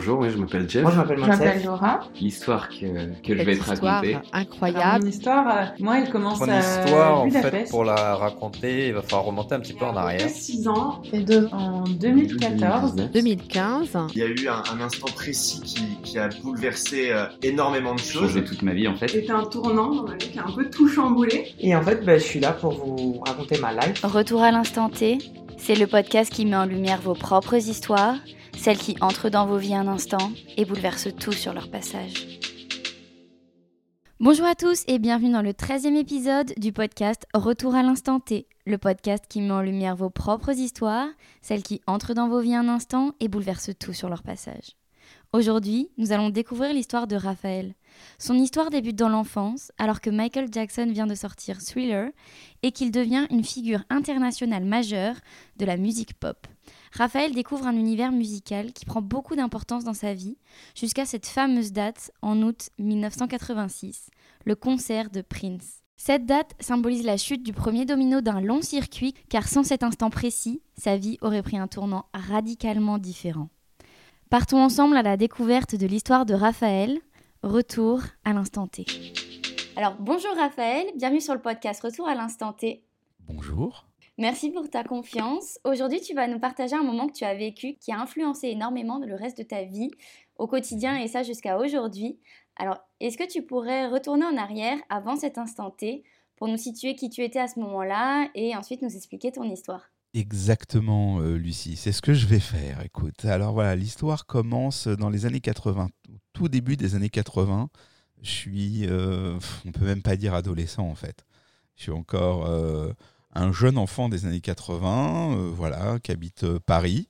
Bonjour, oui, je m'appelle Jeff. Moi, je m'appelle Je m'appelle Mansef. Laura. L'histoire que je vais te raconter. Histoire incroyable. Mon histoire, moi, elle commence Mon à histoire, en Budapest. fait, pour la raconter, il va falloir remonter un petit peu en arrière. 6 ans, en 2014. 2015. Il y a eu un instant précis qui a bouleversé énormément de choses. Changé toute ma vie en fait. C'était un tournant dans ma vie qui a un peu tout chamboulé. Et en fait, je suis là pour vous raconter ma life. Retour à l'instant T, c'est le podcast qui met en lumière vos propres histoires, celles qui entrent dans vos vies un instant et bouleversent tout sur leur passage. Bonjour à tous et bienvenue dans le 13e épisode du podcast Retour à l'instant T, le podcast qui met en lumière vos propres histoires, celles qui entrent dans vos vies un instant et bouleversent tout sur leur passage. Aujourd'hui, nous allons découvrir l'histoire de Raphaël. Son histoire débute dans l'enfance, alors que Michael Jackson vient de sortir Thriller et qu'il devient une figure internationale majeure de la musique pop. Raphaël découvre un univers musical qui prend beaucoup d'importance dans sa vie, jusqu'à cette fameuse date, en août 1986, le concert de Prince. Cette date symbolise la chute du premier domino d'un long circuit, car sans cet instant précis, sa vie aurait pris un tournant radicalement différent. Partons ensemble à la découverte de l'histoire de Raphaël. Retour à l'instant T. Alors bonjour Raphaël, bienvenue sur le podcast Retour à l'instant T. Bonjour. Merci pour ta confiance. Aujourd'hui, tu vas nous partager un moment que tu as vécu qui a influencé énormément le reste de ta vie au quotidien et ça jusqu'à aujourd'hui. Alors, est-ce que tu pourrais retourner en arrière avant cet instant T pour nous situer qui tu étais à ce moment-là et ensuite nous expliquer ton histoire ? Exactement, Lucie. C'est ce que je vais faire. Écoute, alors voilà, l'histoire commence dans les années 80, au tout début des années 80. Je suis, on peut même pas dire adolescent en fait. Je suis encore un jeune enfant des années 80, voilà, qui habite Paris.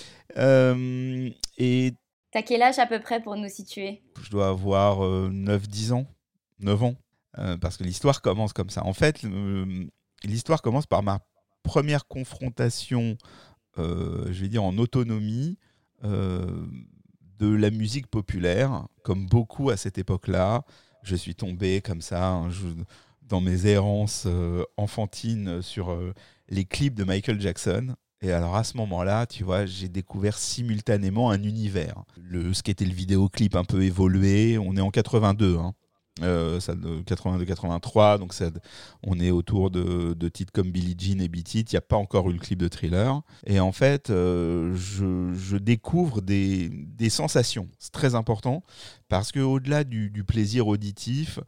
Et t'as quel âge à peu près pour nous situer ? Je dois avoir 9-10 ans, 9 ans, parce que l'histoire commence comme ça. En fait, l'histoire commence par ma première confrontation, je vais dire en autonomie, de la musique populaire. Comme beaucoup à cette époque-là, je suis tombé comme ça dans mes errances enfantines sur les clips de Michael Jackson. Et alors à ce moment-là, tu vois, j'ai découvert simultanément un univers. Ce qu'était le vidéoclip un peu évolué, on est en 82, hein. 82-83, donc on est autour de titres comme Billie Jean et Beat It. Il n'y a pas encore eu le clip de Thriller. Et en fait, je découvre des sensations. C'est très important parce qu'au-delà du plaisir auditif,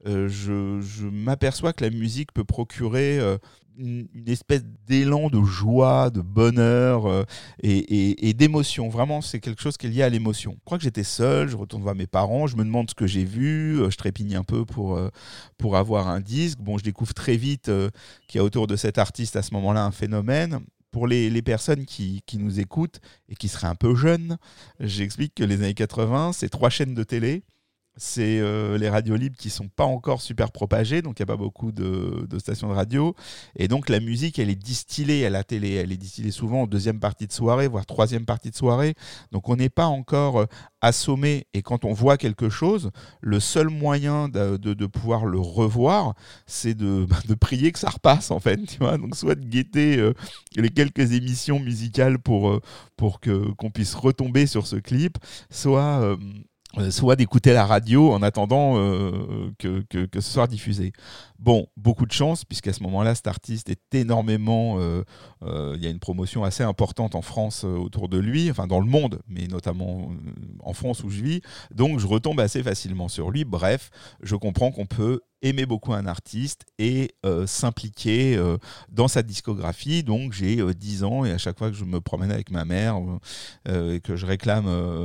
je m'aperçois que la musique peut procurer une espèce d'élan de joie, de bonheur et d'émotion. Vraiment, c'est quelque chose qui est lié à l'émotion. Je crois que j'étais seul, je retourne voir mes parents, je me demande ce que j'ai vu, je trépigne un peu pour avoir un disque. Bon, je découvre très vite qu'il y a autour de cet artiste à ce moment-là un phénomène. Pour les personnes qui nous écoutent et qui seraient un peu jeunes, j'explique que les années 80, c'est 3 chaînes de télé. C'est les radios libres qui ne sont pas encore super propagées, donc il n'y a pas beaucoup de stations de radio. Et donc la musique, elle est distillée à la télé. Elle est distillée souvent en deuxième partie de soirée, voire troisième partie de soirée. Donc on n'est pas encore assommé. Et quand on voit quelque chose, le seul moyen de pouvoir le revoir, c'est de prier que ça repasse, en fait. Tu vois, donc soit de guetter les quelques émissions musicales pour qu'on puisse retomber sur ce clip, soit d'écouter la radio en attendant que ce soit diffusé. Bon, beaucoup de chance, puisqu'à ce moment-là, cet artiste est énormément... il y a une promotion assez importante en France autour de lui, enfin dans le monde, mais notamment en France où je vis. Donc, je retombe assez facilement sur lui. Bref, je comprends qu'on peut aimer beaucoup un artiste et s'impliquer dans sa discographie. Donc, j'ai 10 ans et à chaque fois que je me promène avec ma mère et que je réclame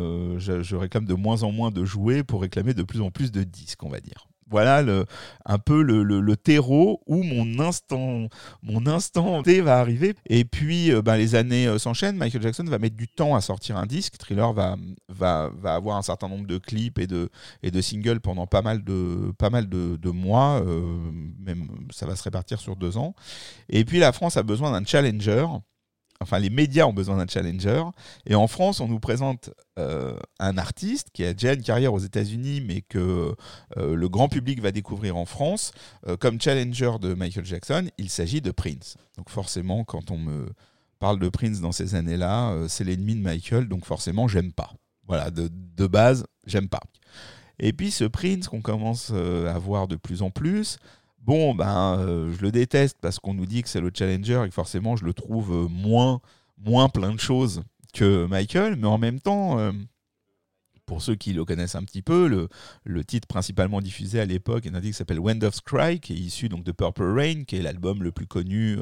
de moins en moins de jouets pour réclamer de plus en plus de disques, on va dire. Voilà un peu le terreau où mon instant T va arriver. Et puis, les années s'enchaînent. Michael Jackson va mettre du temps à sortir un disque. Thriller va avoir un certain nombre de clips et de singles pendant pas mal de mois. Même ça va se répartir sur 2 ans. Et puis, la France a besoin d'un challenger. Enfin, les médias ont besoin d'un challenger. Et en France, on nous présente un artiste qui a déjà une carrière aux États-Unis, mais que le grand public va découvrir en France. Comme challenger de Michael Jackson, il s'agit de Prince. Donc forcément, quand on me parle de Prince dans ces années-là, c'est l'ennemi de Michael, donc forcément, j'aime pas. Voilà, de base, j'aime pas. Et puis ce Prince qu'on commence à voir de plus en plus, je le déteste parce qu'on nous dit que c'est le challenger et que forcément je le trouve moins plein de choses que Michael, mais en même temps, pour ceux qui le connaissent un petit peu, le titre principalement diffusé à l'époque est un titre qui s'appelle Wind of Cry, qui est issu donc de Purple Rain, qui est l'album le plus connu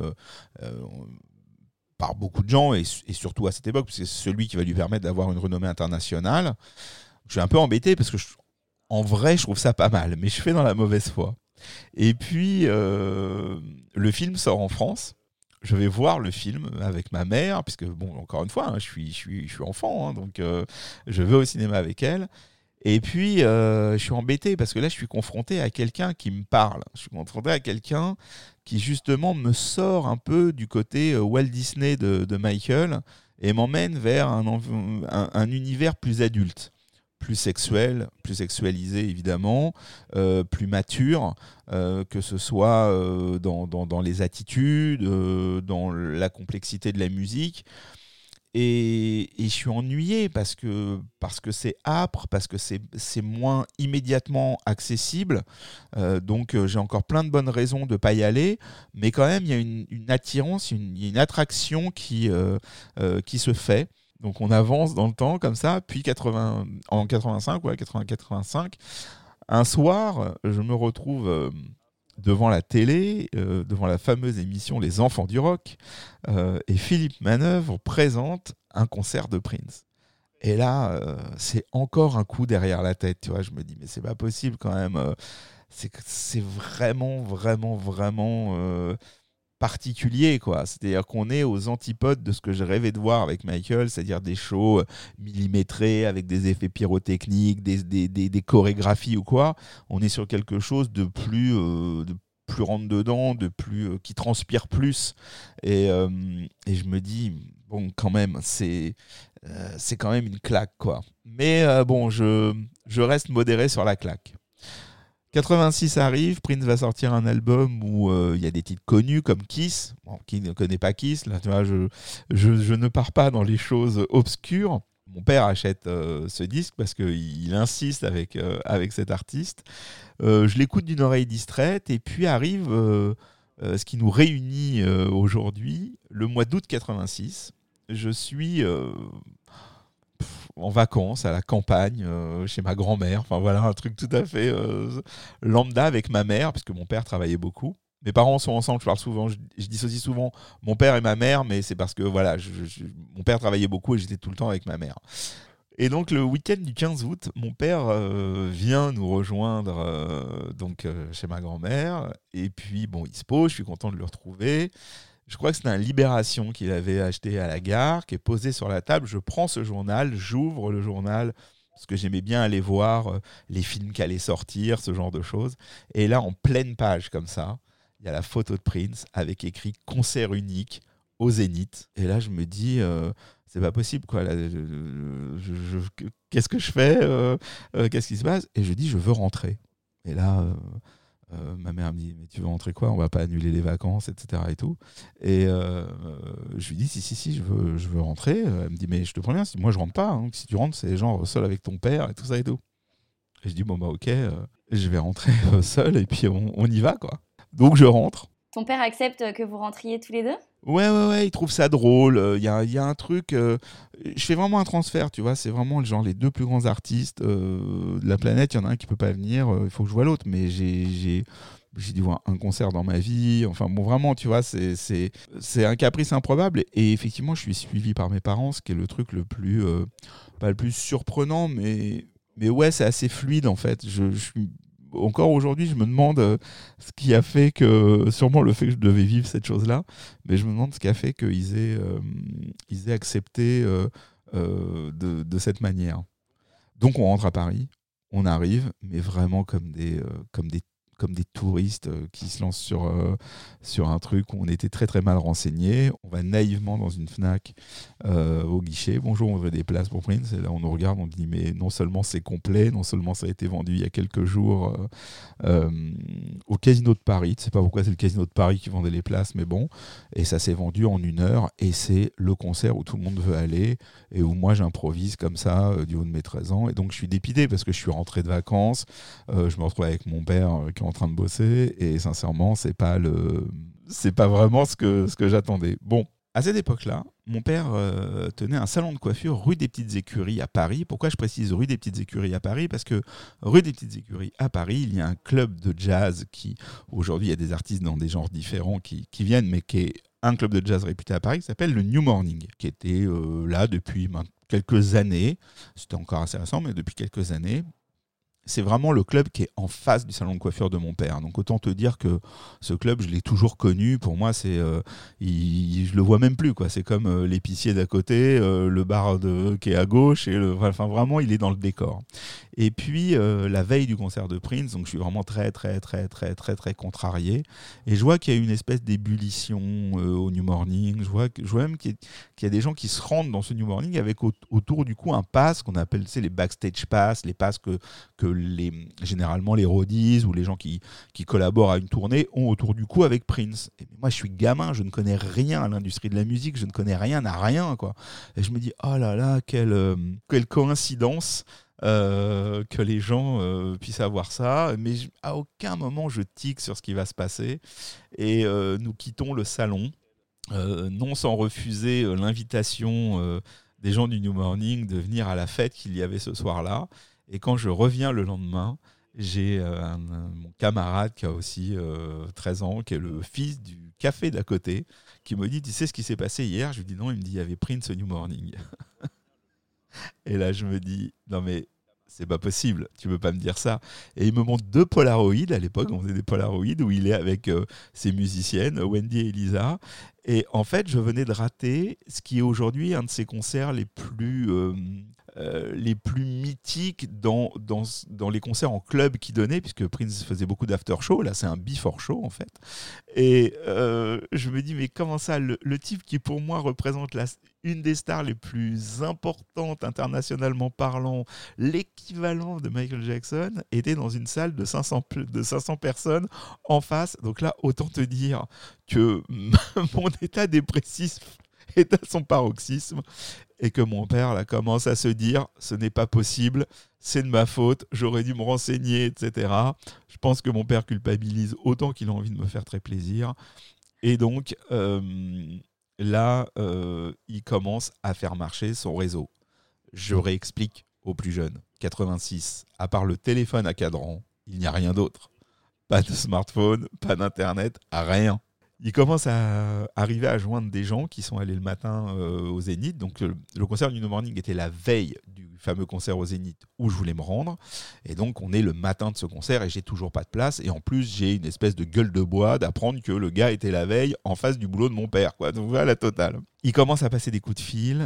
par beaucoup de gens et surtout à cette époque, parce que c'est celui qui va lui permettre d'avoir une renommée internationale. Je suis un peu embêté parce que en vrai, je trouve ça pas mal, mais je fais dans la mauvaise foi. Et puis, le film sort en France. Je vais voir le film avec ma mère, puisque, encore une fois, je suis enfant, donc je vais au cinéma avec elle. Et puis, je suis embêté parce que là, je suis confronté à quelqu'un qui me parle. Je suis confronté à quelqu'un qui, justement, me sort un peu du côté Walt Disney de Michael et m'emmène vers un univers plus adulte. Plus sexuel, plus sexualisé évidemment, plus mature, que ce soit dans les attitudes, dans la complexité de la musique. Et je suis ennuyé parce que c'est âpre, parce que c'est moins immédiatement accessible. Donc j'ai encore plein de bonnes raisons de ne pas y aller. Mais quand même, il y a une attirance, une attraction qui se fait. Donc on avance dans le temps comme ça, puis en 85, un soir, je me retrouve devant la télé, devant la fameuse émission Les Enfants du Rock, et Philippe Manœuvre présente un concert de Prince. Et là, c'est encore un coup derrière la tête, tu vois. Je me dis, mais c'est pas possible quand même. C'est vraiment particulier, quoi. C'est-à-dire qu'on est aux antipodes de ce que je rêvais de voir avec Michael, c'est-à-dire des shows millimétrés avec des effets pyrotechniques, des chorégraphies ou quoi. On est sur quelque chose de plus rentre dedans, qui transpire plus. Et je me dis, quand même, c'est quand même une claque, quoi. Mais je reste modéré sur la claque. 86 arrive, Prince va sortir un album où il y a des titres connus comme Kiss. Qui ne connaît pas Kiss, là, tu vois, je ne pars pas dans les choses obscures. Mon père achète ce disque parce qu'il insiste avec cet artiste. Je l'écoute d'une oreille distraite et puis arrive ce qui nous réunit aujourd'hui, le mois d'août 86. Je suis en vacances à la campagne chez ma grand-mère, enfin voilà, un truc tout à fait lambda avec ma mère, parce que mon père travaillait beaucoup. Mes parents sont ensemble, je parle souvent, je dissocie souvent mon père et ma mère, mais c'est parce que voilà, mon père travaillait beaucoup et j'étais tout le temps avec ma mère. Et donc le week-end du 15 août, mon père vient nous rejoindre chez ma grand-mère, et puis il se pose, je suis content de le retrouver. Je crois que c'était un Libération qu'il avait acheté à la gare, qui est posé sur la table. Je prends ce journal, j'ouvre le journal, parce que j'aimais bien aller voir les films qui allaient sortir, ce genre de choses. Et là, en pleine page comme ça, il y a la photo de Prince avec écrit « Concert unique au Zénith ». Et là, je me dis, c'est pas possible, quoi. Là, qu'est-ce que je fais qu'est-ce qui se passe ? Et je dis, je veux rentrer. Et là... ma mère me dit, mais tu veux rentrer quoi ? On va pas annuler les vacances, etc. et tout. Et je lui dis, si, je veux rentrer. Elle me dit, mais je te préviens, moi je rentre pas. Hein. Si tu rentres, c'est genre seul avec ton père et tout ça et tout. Et je dis, ok, je vais rentrer seul et puis on y va, quoi. Donc je rentre. Ton père accepte que vous rentriez tous les deux ? Ouais, il trouve ça drôle. Il y a un truc. Je fais vraiment un transfert, tu vois. C'est vraiment genre les deux plus grands artistes de la planète. Il y en a un qui peut pas venir. Il faut que je voie l'autre. Mais j'ai dû voir un concert dans ma vie. Enfin bon, vraiment, tu vois, c'est un caprice improbable. Et effectivement, je suis suivi par mes parents, ce qui est le truc le plus pas le plus surprenant, mais ouais, c'est assez fluide en fait. Encore aujourd'hui, je me demande ce qui a fait que, sûrement le fait que je devais vivre cette chose-là, mais je me demande ce qui a fait qu'ils aient accepté de cette manière. Donc on rentre à Paris, on arrive, mais vraiment comme des comme des touristes qui se lancent sur un truc où on était très très mal renseignés. On va naïvement dans une Fnac au guichet. Bonjour, on voudrait des places pour Prince. Et là, on nous regarde, on dit mais non seulement c'est complet, non seulement ça a été vendu il y a quelques jours au Casino de Paris. Je sais pas pourquoi c'est le Casino de Paris qui vendait les places, mais bon. Et ça s'est vendu en 1 heure. Et c'est le concert où tout le monde veut aller et où moi j'improvise comme ça du haut de mes 13 ans. Et donc je suis dépité parce que je suis rentré de vacances. Je me retrouve avec mon père qui est en train de bosser et sincèrement c'est pas vraiment ce que j'attendais. Bon, à cette époque-là, mon père tenait un salon de coiffure rue des Petites Écuries à Paris. Pourquoi je précise rue des Petites Écuries à Paris ? Parce que rue des Petites Écuries à Paris, il y a un club de jazz qui, aujourd'hui, il y a des artistes dans des genres différents qui viennent, mais qui est un club de jazz réputé à Paris qui s'appelle le New Morning, qui était là depuis quelques années. C'était encore assez récent, mais depuis quelques années. C'est vraiment le club qui est en face du salon de coiffure de mon père. Donc autant te dire que ce club, je l'ai toujours connu. Pour moi, je le vois même plus, quoi. C'est comme l'épicier d'à côté, le bar qui est à gauche. Enfin, vraiment, il est dans le décor. Et puis, la veille du concert de Prince, donc je suis vraiment très, très, très, très, très, très contrarié. Et je vois qu'il y a une espèce d'ébullition au New Morning. Je vois même qu'il y a des gens qui se rendent dans ce New Morning avec autour du coup un pass qu'on appelle les backstage pass, les passes que généralement les roadies ou les gens qui collaborent à une tournée ont autour du cou avec Prince. Et moi, je suis gamin, je ne connais rien à l'industrie de la musique, je ne connais rien à rien, quoi. Et je me dis, oh là là, quelle coïncidence que les gens puissent avoir ça. Mais à aucun moment, je tique sur ce qui va se passer. Et nous quittons le salon, non sans refuser l'invitation des gens du New Morning de venir à la fête qu'il y avait ce soir-là. Et quand je reviens le lendemain, j'ai mon camarade qui a aussi 13 ans, qui est le fils du café d'à côté, qui me dit, tu sais ce qui s'est passé hier ? Je lui dis non, il me dit, il y avait Prince au New Morning. Et là, je me dis, non mais c'est pas possible, tu peux pas me dire ça. Et il me montre 2 Polaroids, à l'époque on faisait des Polaroids, où il est avec ses musiciennes, Wendy et Elisa. Et en fait, je venais de rater ce qui est aujourd'hui un de ses concerts les plus mythiques dans les concerts en club qu'il donnait, puisque Prince faisait beaucoup d'after show. Là, c'est un before show, en fait. Et je me dis, mais comment ça, le type qui, pour moi, représente une des stars les plus importantes, internationalement parlant, l'équivalent de Michael Jackson, était dans une salle de 500 personnes en face. Donc là, autant te dire que mon état dépressif est à son paroxysme et que mon père là, commence à se dire ce n'est pas possible, c'est de ma faute, j'aurais dû me renseigner, etc. Je pense que mon père culpabilise autant qu'il a envie de me faire très plaisir. Et donc là, il commence à faire marcher son réseau. Je réexplique aux plus jeunes. 86, à part le téléphone à cadran, il n'y a rien d'autre. Pas de smartphone, pas d'internet, rien. Il commence à arriver à joindre des gens qui sont allés le matin au Zénith. Donc le concert du New Morning était la veille du fameux concert au Zénith où je voulais me rendre. Et donc on est le matin de ce concert et j'ai toujours pas de place. Et en plus j'ai une espèce de gueule de bois d'apprendre que le gars était la veille en face du boulot de mon père, quoi. Donc voilà la totale. Il commence à passer des coups de fil.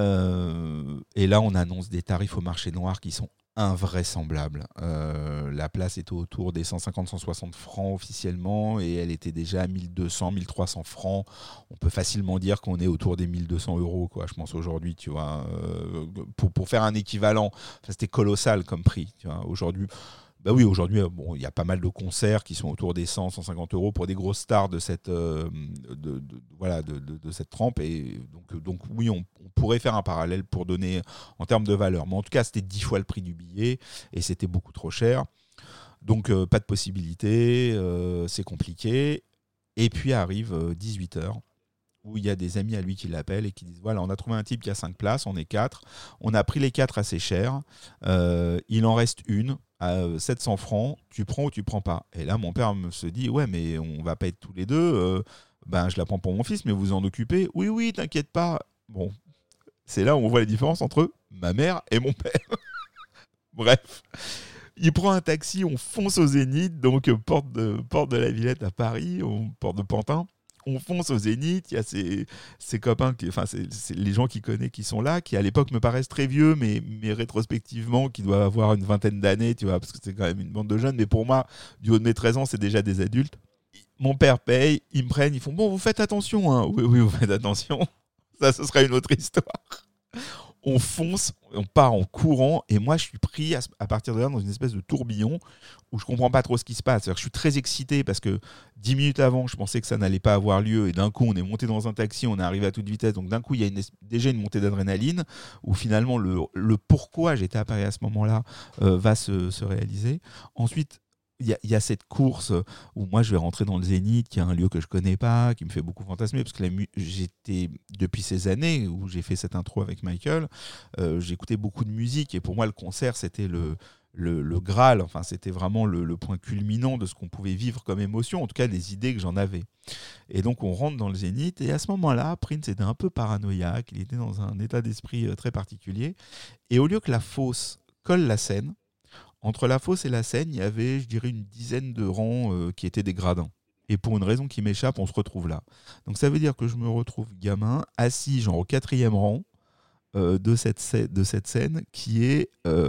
Et là on annonce des tarifs au marché noir qui sont invraisemblable. La place était autour des 150-160 francs officiellement et elle était déjà à 1200-1300 francs. On peut facilement dire qu'on est autour des 1200 €, quoi, je pense aujourd'hui, tu vois, pour faire un équivalent. Enfin, c'était colossal comme prix, tu vois. Aujourd'hui, bah oui, aujourd'hui, bon, il y a pas mal de concerts qui sont autour des 100-150 € pour des grosses stars de cette, de cette trempe. Et donc oui, on pourrait faire un parallèle pour donner en termes de valeur. Mais en tout cas, c'était 10 fois le prix du billet et c'était beaucoup trop cher. Donc, pas de possibilité, c'est compliqué. Et puis arrive 18h, où il y a des amis à lui qui l'appellent et qui disent « Voilà, on a trouvé un type qui a 5 places, on est 4. On a pris les 4 assez cher. Il en reste une à 700 francs. Tu prends ou tu prends pas ?» Et là, mon père se dit « Ouais, mais on va pas être tous les deux. Je la prends pour mon fils, mais vous en occupez. »« Oui, t'inquiète pas. » Bon, c'est là où on voit la différence entre ma mère et mon père. Bref. Il prend un taxi, on fonce au Zénith, donc porte de la Villette à Paris, porte de Pantin. On fonce au Zénith, il y a ses copains, c'est les gens qu'il connaît qui sont là, qui à l'époque me paraissent très vieux, mais rétrospectivement, qui doivent avoir une vingtaine d'années, tu vois, parce que c'est quand même une bande de jeunes. Mais pour moi, du haut de mes 13 ans, c'est déjà des adultes. Mon père paye, ils me prennent, ils font « Bon, vous faites attention, hein. » Oui, vous faites attention. Ça, ce serait une autre histoire. On fonce, on part en courant, et moi je suis pris à partir de là dans une espèce de tourbillon où je comprends pas trop ce qui se passe. C'est-à-dire que je suis très excité parce que 10 minutes avant, je pensais que ça n'allait pas avoir lieu, et d'un coup on est monté dans un taxi, on est arrivé à toute vitesse, donc d'un coup il y a déjà une montée d'adrénaline où finalement le pourquoi j'étais à Paris à ce moment-là va se réaliser. Ensuite, il y a cette course où moi je vais rentrer dans le Zénith, qui est un lieu que je connais pas, qui me fait beaucoup fantasmer, parce que j'étais, depuis ces années où j'ai fait cette intro avec Michael, j'écoutais beaucoup de musique, et pour moi le concert c'était le Graal, enfin c'était vraiment le point culminant de ce qu'on pouvait vivre comme émotion, en tout cas des idées que j'en avais. Et donc on rentre dans le Zénith, et à ce moment-là, Prince était un peu paranoïaque, il était dans un état d'esprit très particulier, et au lieu que la fosse colle la scène, entre la fosse et la scène, il y avait, je dirais, une dizaine de rangs qui étaient des gradins. Et pour une raison qui m'échappe, on se retrouve là. Donc ça veut dire que je me retrouve gamin, assis genre au 4e rang de cette scène qui est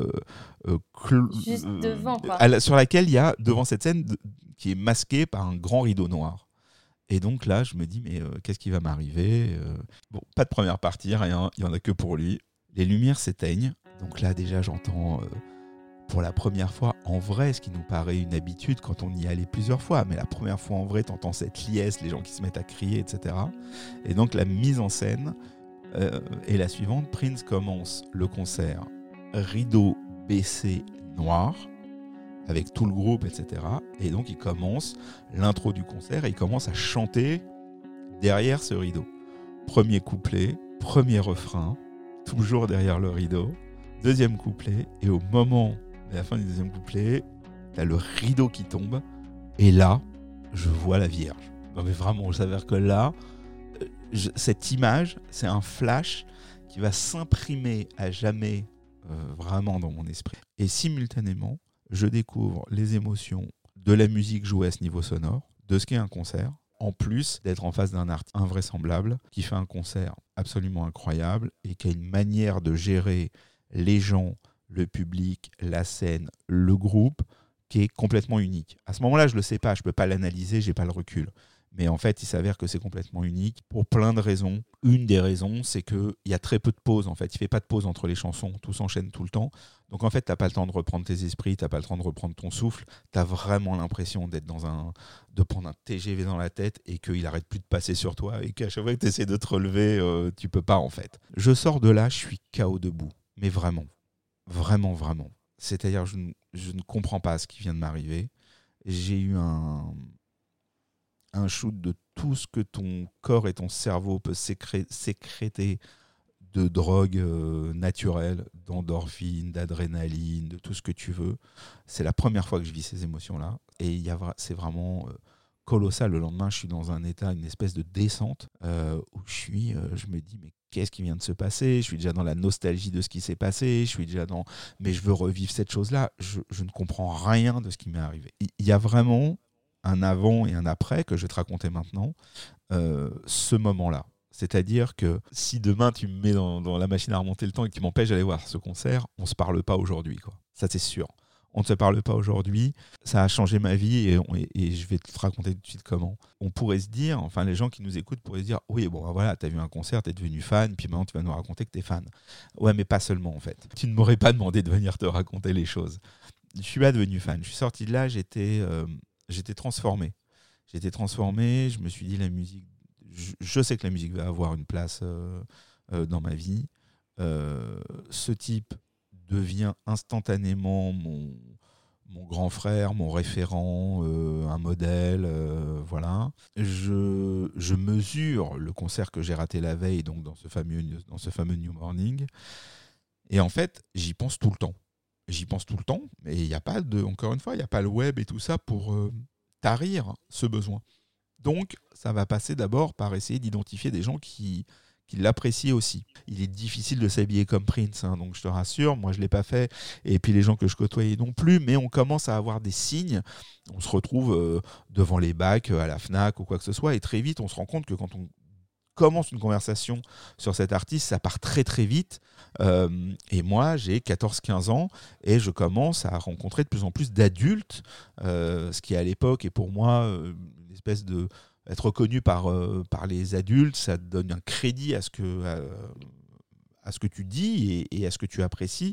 juste devant, quoi. Sur laquelle il y a, devant cette scène, qui est masquée par un grand rideau noir. Et donc là, je me dis, mais qu'est-ce qui va m'arriver ? Bon, pas de première partie, rien, il n'y en a que pour lui. Les lumières s'éteignent. Donc là, déjà, j'entends... pour la première fois, en vrai, ce qui nous paraît une habitude quand on y allait plusieurs fois, mais la première fois en vrai, t'entends cette liesse, les gens qui se mettent à crier, etc. Et donc la mise en scène est la suivante. Prince commence le concert, rideau baissé noir, avec tout le groupe, etc. Et donc il commence l'intro du concert et il commence à chanter derrière ce rideau. Premier couplet, premier refrain, toujours derrière le rideau. Deuxième couplet, et au moment de la fin du deuxième couplet, t'as le rideau qui tombe, et là, je vois la Vierge. Non mais vraiment, je s'avère que là, cette image, c'est un flash qui va s'imprimer à jamais vraiment dans mon esprit. Et simultanément, je découvre les émotions de la musique jouée à ce niveau sonore, de ce qu'est un concert, en plus d'être en face d'un artiste invraisemblable qui fait un concert absolument incroyable et qui a une manière de gérer les gens, le public, la scène, le groupe, qui est complètement unique. À ce moment-là, je ne le sais pas, je ne peux pas l'analyser, je n'ai pas le recul. Mais en fait, il s'avère que c'est complètement unique pour plein de raisons. Une des raisons, c'est qu'il y a très peu de pauses. En fait. Il ne fait pas de pause entre les chansons, tout s'enchaîne tout le temps. Donc en fait, tu n'as pas le temps de reprendre tes esprits, tu n'as pas le temps de reprendre ton souffle. Tu as vraiment l'impression de prendre un TGV dans la tête et qu'il n'arrête plus de passer sur toi et qu'à chaque fois que tu essaies de te relever, tu ne peux pas en fait. Je sors de là, je suis KO debout. Mais vraiment, vraiment, vraiment. C'est-à-dire, je ne comprends pas ce qui vient de m'arriver. J'ai eu un shoot de tout ce que ton corps et ton cerveau peuvent sécréter de drogues naturelles, d'endorphines, d'adrénaline, de tout ce que tu veux. C'est la première fois que je vis ces émotions-là. Et c'est vraiment colossal. Le lendemain, je suis dans un état, une espèce de descente où je me dis, mais qu'est-ce qui vient de se passer ? Je suis déjà dans la nostalgie de ce qui s'est passé. Je suis déjà dans, mais je veux revivre cette chose-là. Je ne comprends rien de ce qui m'est arrivé. Il y a vraiment un avant et un après que je vais te raconter maintenant, ce moment-là. C'est-à-dire que si demain tu me mets dans la machine à remonter le temps et que tu m'empêches d'aller voir ce concert, on ne se parle pas aujourd'hui, quoi. Ça, c'est sûr. On ne se parle pas aujourd'hui. Ça a changé ma vie et je vais te raconter tout de suite comment. On pourrait se dire, enfin les gens qui nous écoutent pourraient se dire, oui, bon, voilà, tu as vu un concert, tu es devenu fan, puis maintenant tu vas nous raconter que tu es fan. Ouais, mais pas seulement en fait. Tu ne m'aurais pas demandé de venir te raconter les choses. Je suis pas devenu fan. Je suis sorti de là, j'étais transformé. Je me suis dit, la musique, je sais que la musique va avoir une place dans ma vie. Ce type devient instantanément mon grand frère, mon référent, un modèle, voilà. Je mesure le concert que j'ai raté la veille, donc dans ce fameux New Morning, et en fait, j'y pense tout le temps. Mais il n'y a pas encore une fois, il n'y a pas le web et tout ça pour tarir ce besoin. Donc, ça va passer d'abord par essayer d'identifier des gens qui qui l'apprécient aussi. Il est difficile de s'habiller comme Prince, hein, donc je te rassure, moi je ne l'ai pas fait, et puis les gens que je côtoyais non plus, mais on commence à avoir des signes, on se retrouve devant les bacs, à la FNAC ou quoi que ce soit, et très vite on se rend compte que quand on commence une conversation sur cet artiste, ça part très très vite, et moi j'ai 14-15 ans, et je commence à rencontrer de plus en plus d'adultes, ce qui à l'époque est pour moi une espèce de... Être reconnu par les adultes, ça donne un crédit à ce que tu dis et à ce que tu apprécies.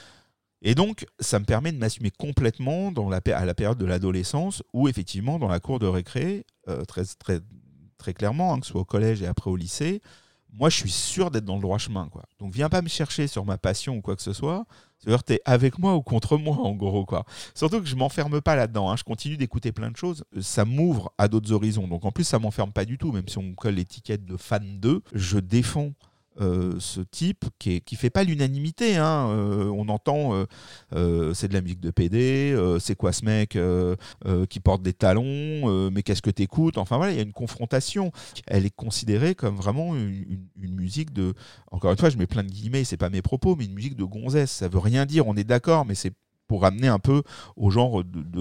Et donc, ça me permet de m'assumer complètement à la période de l'adolescence où, effectivement, dans la cour de récré, très, très, très clairement, hein, que ce soit au collège et après au lycée, moi, je suis sûr d'être dans le droit chemin, quoi. Donc, viens pas me chercher sur ma passion ou quoi que ce soit. C'est-à-dire, t'es avec moi ou contre moi, en gros, quoi. Surtout que je m'enferme pas là-dedans, hein. Je continue d'écouter plein de choses. Ça m'ouvre à d'autres horizons. Donc, en plus, ça m'enferme pas du tout. Même si on me colle l'étiquette de fan 2, je défends ce type qui fait pas l'unanimité, hein. On entend c'est de la musique de PD, c'est quoi ce mec qui porte des talons, mais qu'est-ce que t'écoutes, enfin voilà, il y a une confrontation. Elle est considérée comme vraiment une musique de, encore une fois je mets plein de guillemets, c'est pas mes propos, mais une musique de gonzesse. Ça veut rien dire, on est d'accord, mais c'est pour ramener un peu au genre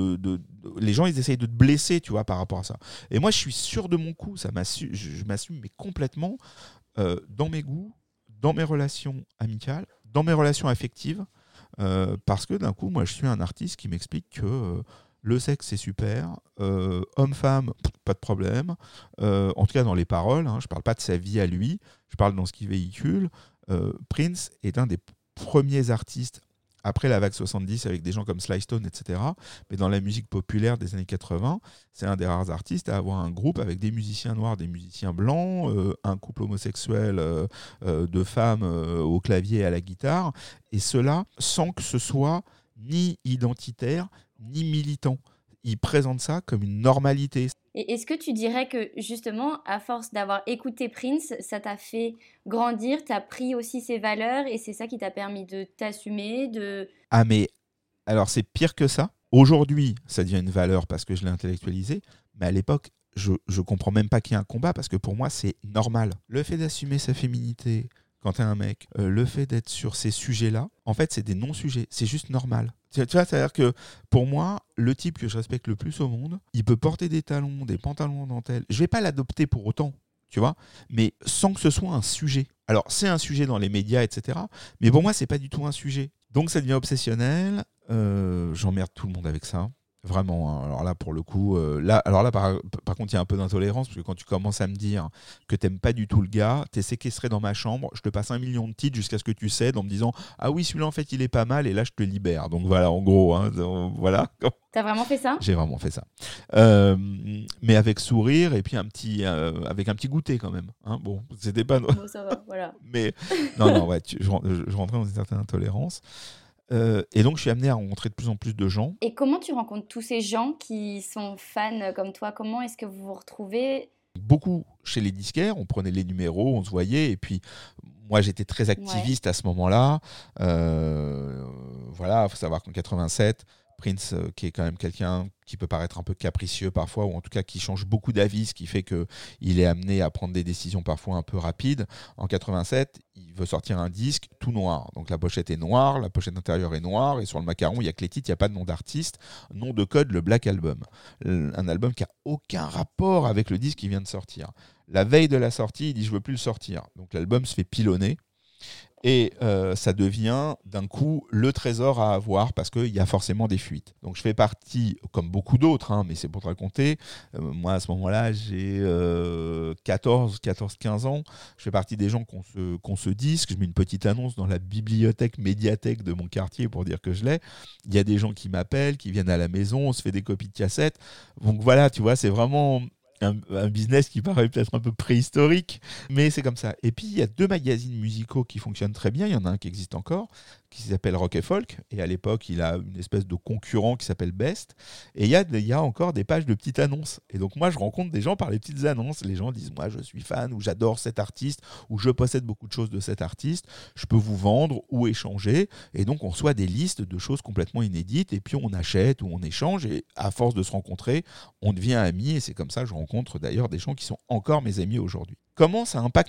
les gens ils essayent de te blesser, tu vois, par rapport à ça. Et moi je suis sûr de mon coup, je m'assume mais complètement dans mes goûts, dans mes relations amicales, dans mes relations affectives, parce que d'un coup, moi, je suis un artiste qui m'explique que le sexe, c'est super, homme-femme, pas de problème, en tout cas dans les paroles, hein, je ne parle pas de sa vie à lui, je parle dans ce qu'il véhicule. Prince est un des premiers artistes, après la vague 70, avec des gens comme Sly Stone, etc., mais dans la musique populaire des années 80, c'est un des rares artistes à avoir un groupe avec des musiciens noirs, des musiciens blancs, un couple homosexuel de femmes au clavier et à la guitare, et cela sans que ce soit ni identitaire, ni militant. Il présente ça comme une normalité. Et est-ce que tu dirais que justement, à force d'avoir écouté Prince, ça t'a fait grandir, t'as pris aussi ses valeurs et c'est ça qui t'a permis de t'assumer, de... Ah mais, alors c'est pire que ça. Aujourd'hui, ça devient une valeur parce que je l'ai intellectualisé, mais à l'époque, je comprends même pas qu'il y ait un combat parce que pour moi, c'est normal. Le fait d'assumer sa féminité quand t'es un mec, le fait d'être sur ces sujets-là, en fait, c'est des non-sujets, c'est juste normal. Tu vois, c'est-à-dire que pour moi, le type que je respecte le plus au monde, il peut porter des talons, des pantalons en dentelle. Je vais pas l'adopter pour autant, tu vois, mais sans que ce soit un sujet. Alors, c'est un sujet dans les médias, etc. Mais pour moi, c'est pas du tout un sujet. Donc, ça devient obsessionnel. J'emmerde tout le monde avec ça. Vraiment, hein. Alors là, pour le coup, par contre, il y a un peu d'intolérance, parce que quand tu commences à me dire que t'aimes pas du tout le gars, t'es séquestré dans ma chambre, je te passe 1 million de titres jusqu'à ce que tu cèdes en me disant « Ah oui, celui-là, en fait, il est pas mal, et là, je te libère. » Donc voilà, en gros, hein, voilà. T'as vraiment fait ça ? J'ai vraiment fait ça. Mais avec sourire, et puis avec un petit goûter quand même. Hein. Bon, c'était pas... Bon, ça va, voilà. Mais non, ouais, je rentrais dans une certaine intolérance. Et donc, je suis amené à rencontrer de plus en plus de gens. Et comment tu rencontres tous ces gens qui sont fans comme toi ? Comment est-ce que vous vous retrouvez ? Beaucoup chez les disquaires, on prenait les numéros, on se voyait, et puis moi, j'étais très activiste à ce moment-là. Voilà, il faut savoir qu'en 87, Prince, qui est quand même quelqu'un qui peut paraître un peu capricieux parfois, ou en tout cas qui change beaucoup d'avis, ce qui fait qu'il est amené à prendre des décisions parfois un peu rapides. En 87, il veut sortir un disque tout noir. Donc la pochette est noire, la pochette intérieure est noire, et sur le macaron, il n'y a que les titres, il n'y a pas de nom d'artiste. Nom de code, le Black Album. Un album qui n'a aucun rapport avec le disque qui vient de sortir. La veille de la sortie, il dit « je ne veux plus le sortir ». Donc l'album se fait pilonner. Et ça devient d'un coup le trésor à avoir parce qu'il y a forcément des fuites. Donc je fais partie, comme beaucoup d'autres, hein, mais c'est pour te raconter, moi à ce moment-là j'ai 14-15 ans, je fais partie des gens qu'on se disque, je mets une petite annonce dans la bibliothèque médiathèque de mon quartier pour dire que je l'ai. Il y a des gens qui m'appellent, qui viennent à la maison, on se fait des copies de cassettes. Donc voilà, tu vois, c'est vraiment... Un business qui paraît peut-être un peu préhistorique, mais c'est comme ça. Et puis, il y a 2 magazines musicaux qui fonctionnent très bien. Il y en a un qui existe encore, qui s'appelle Rock & Folk, et à l'époque, il a une espèce de concurrent qui s'appelle Best, et il y a encore des pages de petites annonces. Et donc, moi, je rencontre des gens par les petites annonces. Les gens disent, moi, je suis fan, ou j'adore cet artiste, ou je possède beaucoup de choses de cet artiste, je peux vous vendre ou échanger. Et donc, on reçoit des listes de choses complètement inédites, et puis on achète ou on échange, et à force de se rencontrer, on devient amis, et c'est comme ça que je rencontre d'ailleurs des gens qui sont encore mes amis aujourd'hui. Comment ça impacte ma vie ?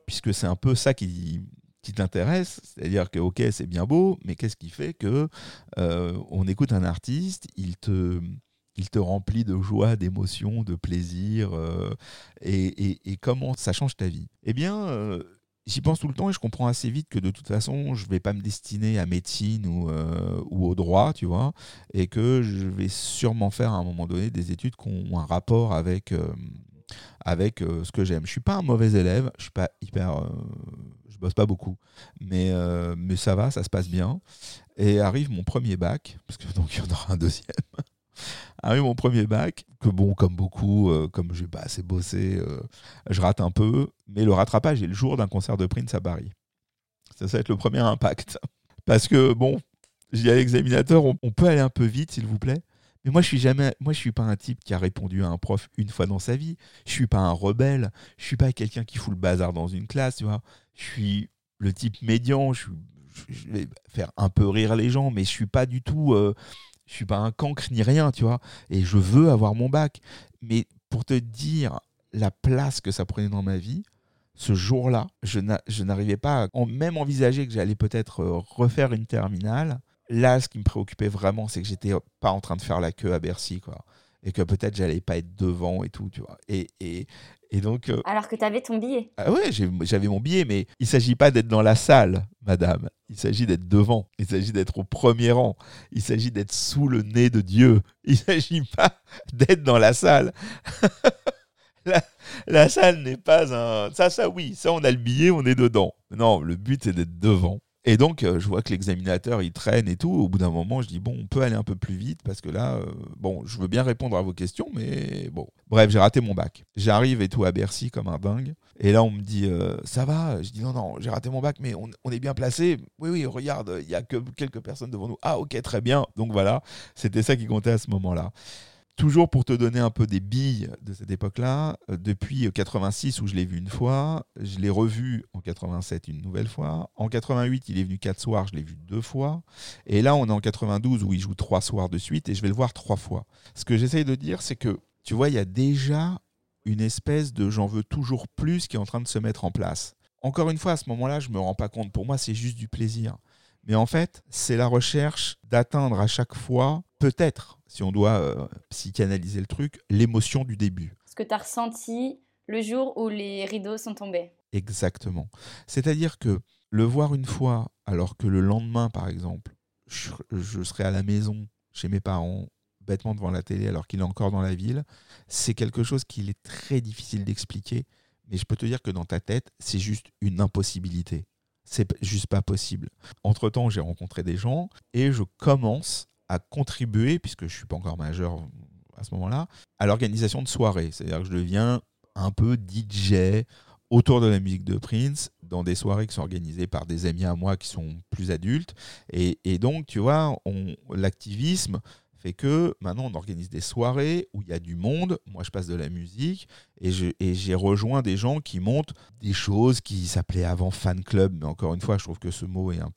puisque c'est un peu ça qui t'intéresse, c'est-à-dire que ok, c'est bien beau, mais qu'est-ce qui fait que on écoute un artiste, il te remplit de joie, d'émotion, de plaisir, et comment ça change ta vie. Eh bien, j'y pense tout le temps et je comprends assez vite que de toute façon, je ne vais pas me destiner à médecine ou au droit, tu vois, et que je vais sûrement faire à un moment donné des études qui ont un rapport avec ce que j'aime. Je ne suis pas un mauvais élève, je suis pas hyper... je bosse pas beaucoup, mais ça va, ça se passe bien. Et arrive mon premier bac, parce que donc il y en aura un deuxième. Arrive mon premier bac, que bon, comme beaucoup, comme je n'ai pas assez bossé, je rate un peu, mais le rattrapage est le jour d'un concert de Prince à Paris. Ça va être le premier impact. Parce que bon, je dis à l'examinateur, on peut aller un peu vite, s'il vous plaît. Mais moi, je suis pas un type qui a répondu à un prof une fois dans sa vie. Je suis pas un rebelle. Je suis pas quelqu'un qui fout le bazar dans une classe, tu vois. Je suis le type médian. Je vais faire un peu rire les gens, mais je suis pas du tout... je suis pas un cancre ni rien, tu vois. Et je veux avoir mon bac. Mais pour te dire la place que ça prenait dans ma vie, ce jour-là, je n'arrivais pas à même envisager que j'allais peut-être refaire une terminale. Là, ce qui me préoccupait vraiment, c'est que j'étais pas en train de faire la queue à Bercy, quoi. Et que peut-être j'allais pas être devant et tout, tu vois. Et donc... Alors que tu avais ton billet. Ah ouais, j'avais mon billet, mais il s'agit pas d'être dans la salle, madame. Il s'agit d'être devant. Il s'agit d'être au premier rang. Il s'agit d'être sous le nez de Dieu. Il s'agit pas d'être dans la salle. La salle n'est pas un... Ça, oui, ça, on a le billet, on est dedans. Non, le but, c'est d'être devant. Et donc, je vois que l'examinateur, il traîne et tout. Au bout d'un moment, je dis, bon, on peut aller un peu plus vite parce que là, bon, je veux bien répondre à vos questions, mais bon. Bref, j'ai raté mon bac. J'arrive et tout à Bercy comme un dingue. Et là, on me dit, ça va? Je dis, non, j'ai raté mon bac, mais on est bien placé. Oui, regarde, il n'y a que quelques personnes devant nous. Ah, ok, très bien. Donc voilà, c'était ça qui comptait à ce moment-là. Toujours pour te donner un peu des billes de cette époque-là, depuis 86 où je l'ai vu une fois, je l'ai revu en 87 une nouvelle fois. En 88, il est venu 4 soirs, je l'ai vu 2 fois. Et là, on est en 92 où il joue 3 soirs de suite et je vais le voir 3 fois. Ce que j'essaye de dire, c'est que, tu vois, il y a déjà une espèce de j'en veux toujours plus qui est en train de se mettre en place. Encore une fois, à ce moment-là, je ne me rends pas compte. Pour moi, c'est juste du plaisir. Mais en fait, c'est la recherche d'atteindre à chaque fois, peut-être, si on doit psychanalyser le truc, l'émotion du début. Ce que tu as ressenti le jour où les rideaux sont tombés. Exactement. C'est-à-dire que le voir une fois, alors que le lendemain, par exemple, je serai à la maison, chez mes parents, bêtement devant la télé, alors qu'il est encore dans la ville, c'est quelque chose qu'il est très difficile d'expliquer. Mais je peux te dire que dans ta tête, c'est juste une impossibilité. C'est juste pas possible. Entre-temps, j'ai rencontré des gens et je commence à contribuer, puisque je ne suis pas encore majeur à ce moment-là, à l'organisation de soirées. C'est-à-dire que je deviens un peu DJ autour de la musique de Prince, dans des soirées qui sont organisées par des amis à moi qui sont plus adultes. Et donc, tu vois, l'activisme fait que maintenant, on organise des soirées où il y a du monde. Moi, je passe de la musique et j'ai rejoint des gens qui montent des choses qui s'appelaient avant fan club. Mais encore une fois, je trouve que ce mot est un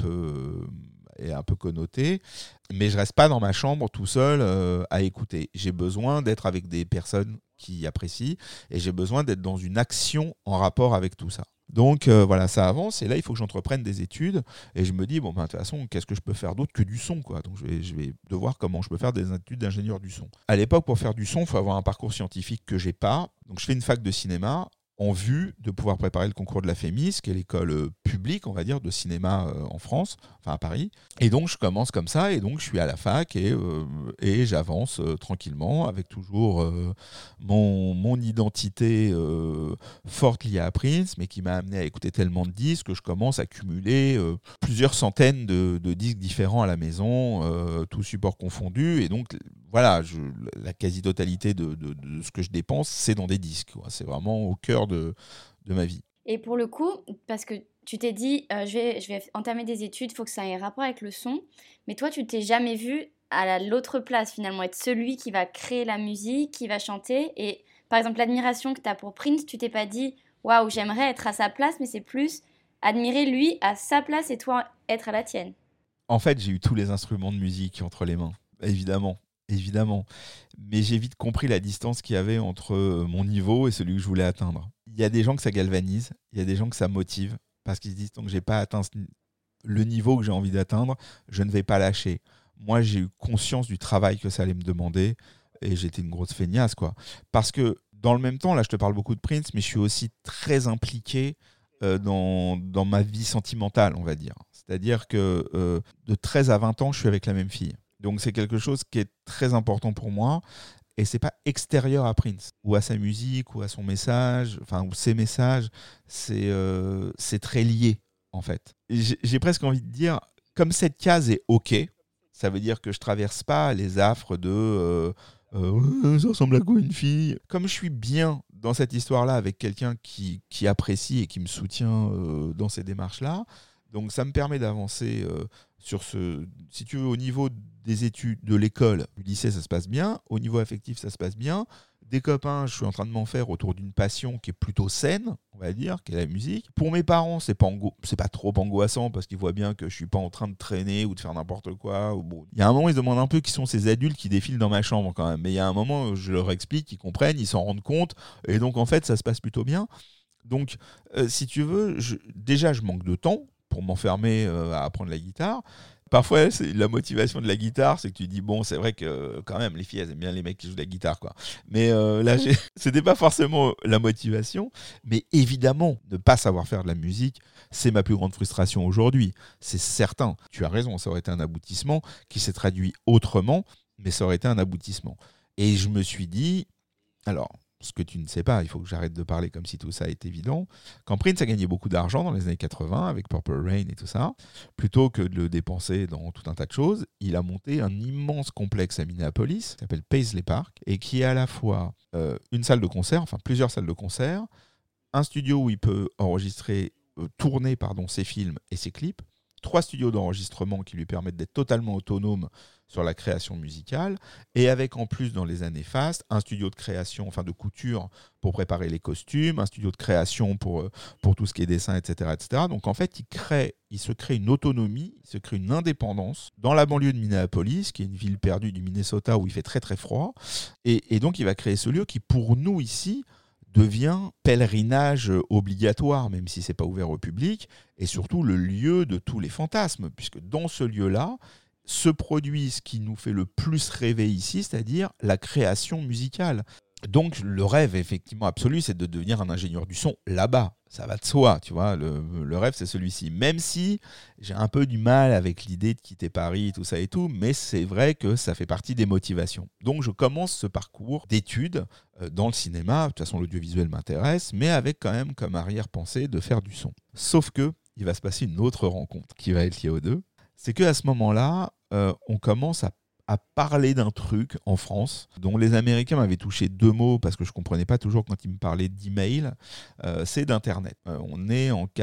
peu connoté. Mais je ne reste pas dans ma chambre tout seul à écouter. J'ai besoin d'être avec des personnes qui apprécient et j'ai besoin d'être dans une action en rapport avec tout ça. Donc voilà, ça avance et là il faut que j'entreprenne des études et je me dis de toute façon qu'est-ce que je peux faire d'autre que du son, quoi. Donc je vais devoir comment je peux faire des études d'ingénieur du son. À l'époque, pour faire du son, il faut avoir un parcours scientifique que j'ai pas. Donc je fais une fac de cinéma en vue de pouvoir préparer le concours de la FEMIS, qui est l'école publique, on va dire, de cinéma en France, enfin à Paris. Et donc je commence comme ça, et donc je suis à la fac et j'avance tranquillement avec toujours mon identité forte liée à Prince, mais qui m'a amené à écouter tellement de disques que je commence à cumuler plusieurs centaines de disques différents à la maison, tous supports confondus. Et donc voilà, la quasi-totalité de ce que je dépense, c'est dans des disques, quoi. C'est vraiment au cœur de ma vie. Et pour le coup, parce que tu t'es dit, je vais entamer des études, il faut que ça ait rapport avec le son, mais toi, tu t'es jamais vu à l'autre place, finalement, être celui qui va créer la musique, qui va chanter. Et par exemple, l'admiration que tu as pour Prince, tu t'es pas dit, waouh, j'aimerais être à sa place, mais c'est plus admirer lui à sa place et toi être à la tienne. En fait, j'ai eu tous les instruments de musique entre les mains, évidemment. Mais j'ai vite compris la distance qu'il y avait entre mon niveau et celui que je voulais atteindre. il y a des gens que ça galvanise, il y a des gens que ça motive, parce qu'ils se disent, donc j'ai pas atteint le niveau que j'ai envie d'atteindre, je ne vais pas lâcher. Moi, j'ai eu conscience du travail que ça allait me demander, et j'étais une grosse feignasse, quoi. Parce que, dans le même temps, là, je te parle beaucoup de Prince, mais je suis aussi très impliqué dans ma vie sentimentale, on va dire. C'est-à-dire que de 13 à 20 ans, je suis avec la même fille. Donc, c'est quelque chose qui est très important pour moi. Et c'est pas extérieur à Prince, ou à sa musique, ou à son message, enfin, ou ses messages. C'est très lié, en fait. J'ai presque envie de dire, comme cette case est OK, ça veut dire que je traverse pas les affres de ça ressemble à quoi une fille. Comme je suis bien dans cette histoire-là avec quelqu'un qui apprécie et qui me soutient dans ces démarches-là, donc ça me permet d'avancer sur si tu veux, au niveau des études, de l'école, du lycée, ça se passe bien. Au niveau affectif, ça se passe bien. Des copains, je suis en train de m'en faire autour d'une passion qui est plutôt saine, on va dire, qui est la musique. Pour mes parents, c'est pas trop angoissant parce qu'ils voient bien que je suis pas en train de traîner ou de faire n'importe quoi. Bon, il y a un moment, ils se demandent un peu qui sont ces adultes qui défilent dans ma chambre quand même. Mais il y a un moment, je leur explique, ils comprennent, ils s'en rendent compte. Et donc, en fait, ça se passe plutôt bien. Donc, si tu veux, déjà, je manque de temps pour m'enfermer à apprendre la guitare. Parfois, c'est la motivation de la guitare, c'est que tu dis, bon, c'est vrai que quand même, les filles, elles aiment bien les mecs qui jouent de la guitare, quoi. Mais là, c'était pas forcément la motivation. Mais évidemment, ne pas savoir faire de la musique, c'est ma plus grande frustration aujourd'hui. C'est certain. Tu as raison, ça aurait été un aboutissement qui s'est traduit autrement, mais ça aurait été un aboutissement. Et je me suis dit, alors, ce que tu ne sais pas, il faut que j'arrête de parler comme si tout ça est évident. Quand Prince a gagné beaucoup d'argent dans les années 80 avec Purple Rain et tout ça, plutôt que de le dépenser dans tout un tas de choses, il a monté un immense complexe à Minneapolis qui s'appelle Paisley Park et qui est à la fois une salle de concert, enfin plusieurs salles de concert, un studio où il peut tourner ses films et ses clips, 3 studios d'enregistrement qui lui permettent d'être totalement autonome sur la création musicale, et avec en plus dans les années fastes, un studio de création, enfin de couture pour préparer les costumes, un studio de création pour tout ce qui est dessin, etc., etc. Donc en fait, il se crée une autonomie, il se crée une indépendance dans la banlieue de Minneapolis, qui est une ville perdue du Minnesota où il fait très très froid, et donc il va créer ce lieu qui pour nous ici devient pèlerinage obligatoire, même si ce n'est pas ouvert au public, et surtout le lieu de tous les fantasmes, puisque dans ce lieu-là, se produit ce qui nous fait le plus rêver ici, c'est-à-dire la création musicale. Donc le rêve effectivement absolu, c'est de devenir un ingénieur du son là-bas. Ça va de soi, tu vois, le rêve c'est celui-ci. Même si j'ai un peu du mal avec l'idée de quitter Paris, tout ça et tout, mais c'est vrai que ça fait partie des motivations. Donc je commence ce parcours d'études dans le cinéma, de toute façon l'audiovisuel m'intéresse, mais avec quand même comme arrière-pensée de faire du son. Sauf que il va se passer une autre rencontre qui va être liée aux deux. C'est qu'à ce moment-là, on commence à parler d'un truc en France dont les Américains m'avaient touché 2 mots parce que je ne comprenais pas toujours quand ils me parlaient d'email, c'est d'Internet. On est en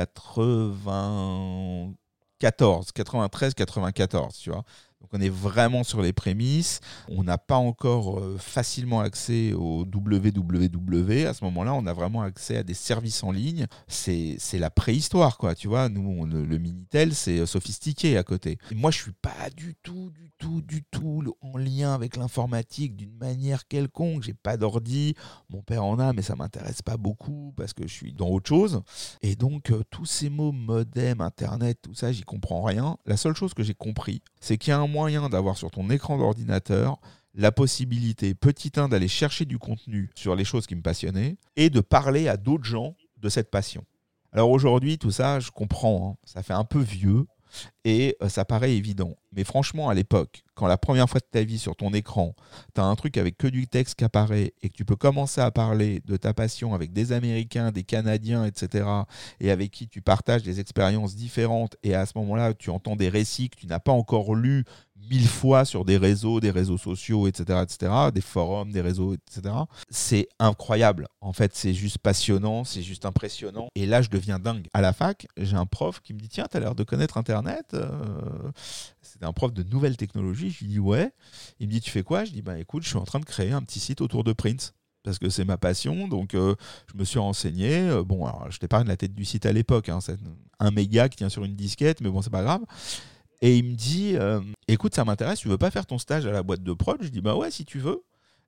93, 94, tu vois. Donc on est vraiment sur les prémices. On n'a pas encore facilement accès au www. À ce moment-là, on a vraiment accès à des services en ligne. C'est la préhistoire, quoi. Tu vois, nous, le Minitel, c'est sophistiqué à côté. Et moi, je suis pas du tout en lien avec l'informatique d'une manière quelconque. J'ai pas d'ordi. Mon père en a, mais ça m'intéresse pas beaucoup parce que je suis dans autre chose. Et donc, tous ces mots modem, Internet, tout ça, j'y comprends rien. La seule chose que j'ai compris, c'est qu'il y a un moyen d'avoir sur ton écran d'ordinateur la possibilité, petit 1, d'aller chercher du contenu sur les choses qui me passionnaient et de parler à d'autres gens de cette passion. Alors aujourd'hui, tout ça, je comprends, hein, ça fait un peu vieux et ça paraît évident. Mais franchement, à l'époque, quand la première fois de ta vie sur ton écran, tu as un truc avec que du texte qui apparaît et que tu peux commencer à parler de ta passion avec des Américains, des Canadiens, etc., et avec qui tu partages des expériences différentes, et à ce moment-là, tu entends des récits que tu n'as pas encore lus 1000 fois sur des réseaux sociaux, etc., des forums, des réseaux, etc. C'est incroyable. En fait, c'est juste passionnant, c'est juste impressionnant. Et là, je deviens dingue. À la fac, j'ai un prof qui me dit « Tiens, tu as l'air de connaître Internet ?» C'était un prof de nouvelles technologies. Je lui dis « Ouais ». Il me dit « Tu fais quoi ?» Je dis « Écoute, je suis en train de créer un petit site autour de Prince. » Parce que c'est ma passion, donc je me suis renseigné. Bon, alors, je t'épargne la tête du site à l'époque. Hein, c'est 1 méga qui tient sur une disquette, mais bon, c'est pas grave. Et il me dit, écoute, ça m'intéresse, tu veux pas faire ton stage à la boîte de prod ? Je dis, ouais, si tu veux.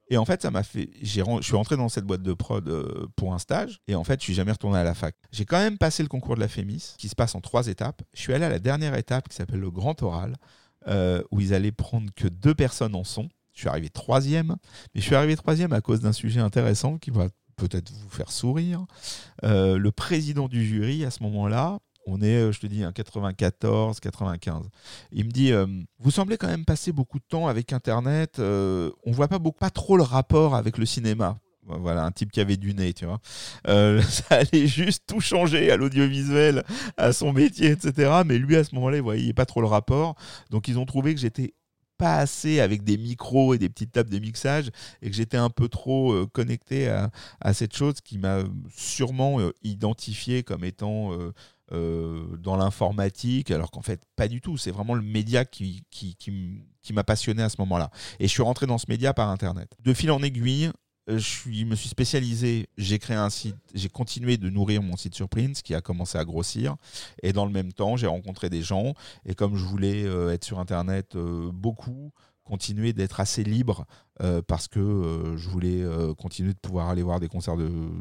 Et en fait, ça m'a fait. Je suis rentré dans cette boîte de prod pour un stage. Et en fait, je suis jamais retourné à la fac. J'ai quand même passé le concours de la FEMIS, qui se passe en 3 étapes. Je suis allé à la dernière étape, qui s'appelle le grand oral, où ils allaient prendre que 2 personnes en son. Je suis arrivé 3e. Mais je suis arrivé 3e à cause d'un sujet intéressant qui va peut-être vous faire sourire. Le président du jury, à ce moment-là, on est, je te dis, 94, 95. Il me dit, vous semblez quand même passer beaucoup de temps avec Internet. On voit pas trop le rapport avec le cinéma. Voilà, un type qui avait du nez, tu vois. Ça allait juste tout changer à l'audiovisuel, à son métier, etc. Mais lui, à ce moment-là, il voyait pas trop le rapport. Donc, ils ont trouvé que j'étais pas assez avec des micros et des petites tables de mixage et que j'étais un peu trop connecté à cette chose qui m'a sûrement identifié comme étant dans l'informatique, alors qu'en fait pas du tout, c'est vraiment le média qui m'a passionné à ce moment-là. Et je suis rentré dans ce média par Internet. De fil en aiguille, je me suis spécialisé, j'ai créé un site, j'ai continué de nourrir mon site sur Prince qui a commencé à grossir, et dans le même temps j'ai rencontré des gens, et comme je voulais être sur Internet beaucoup, continuer d'être assez libre parce que je voulais continuer de pouvoir aller voir des concerts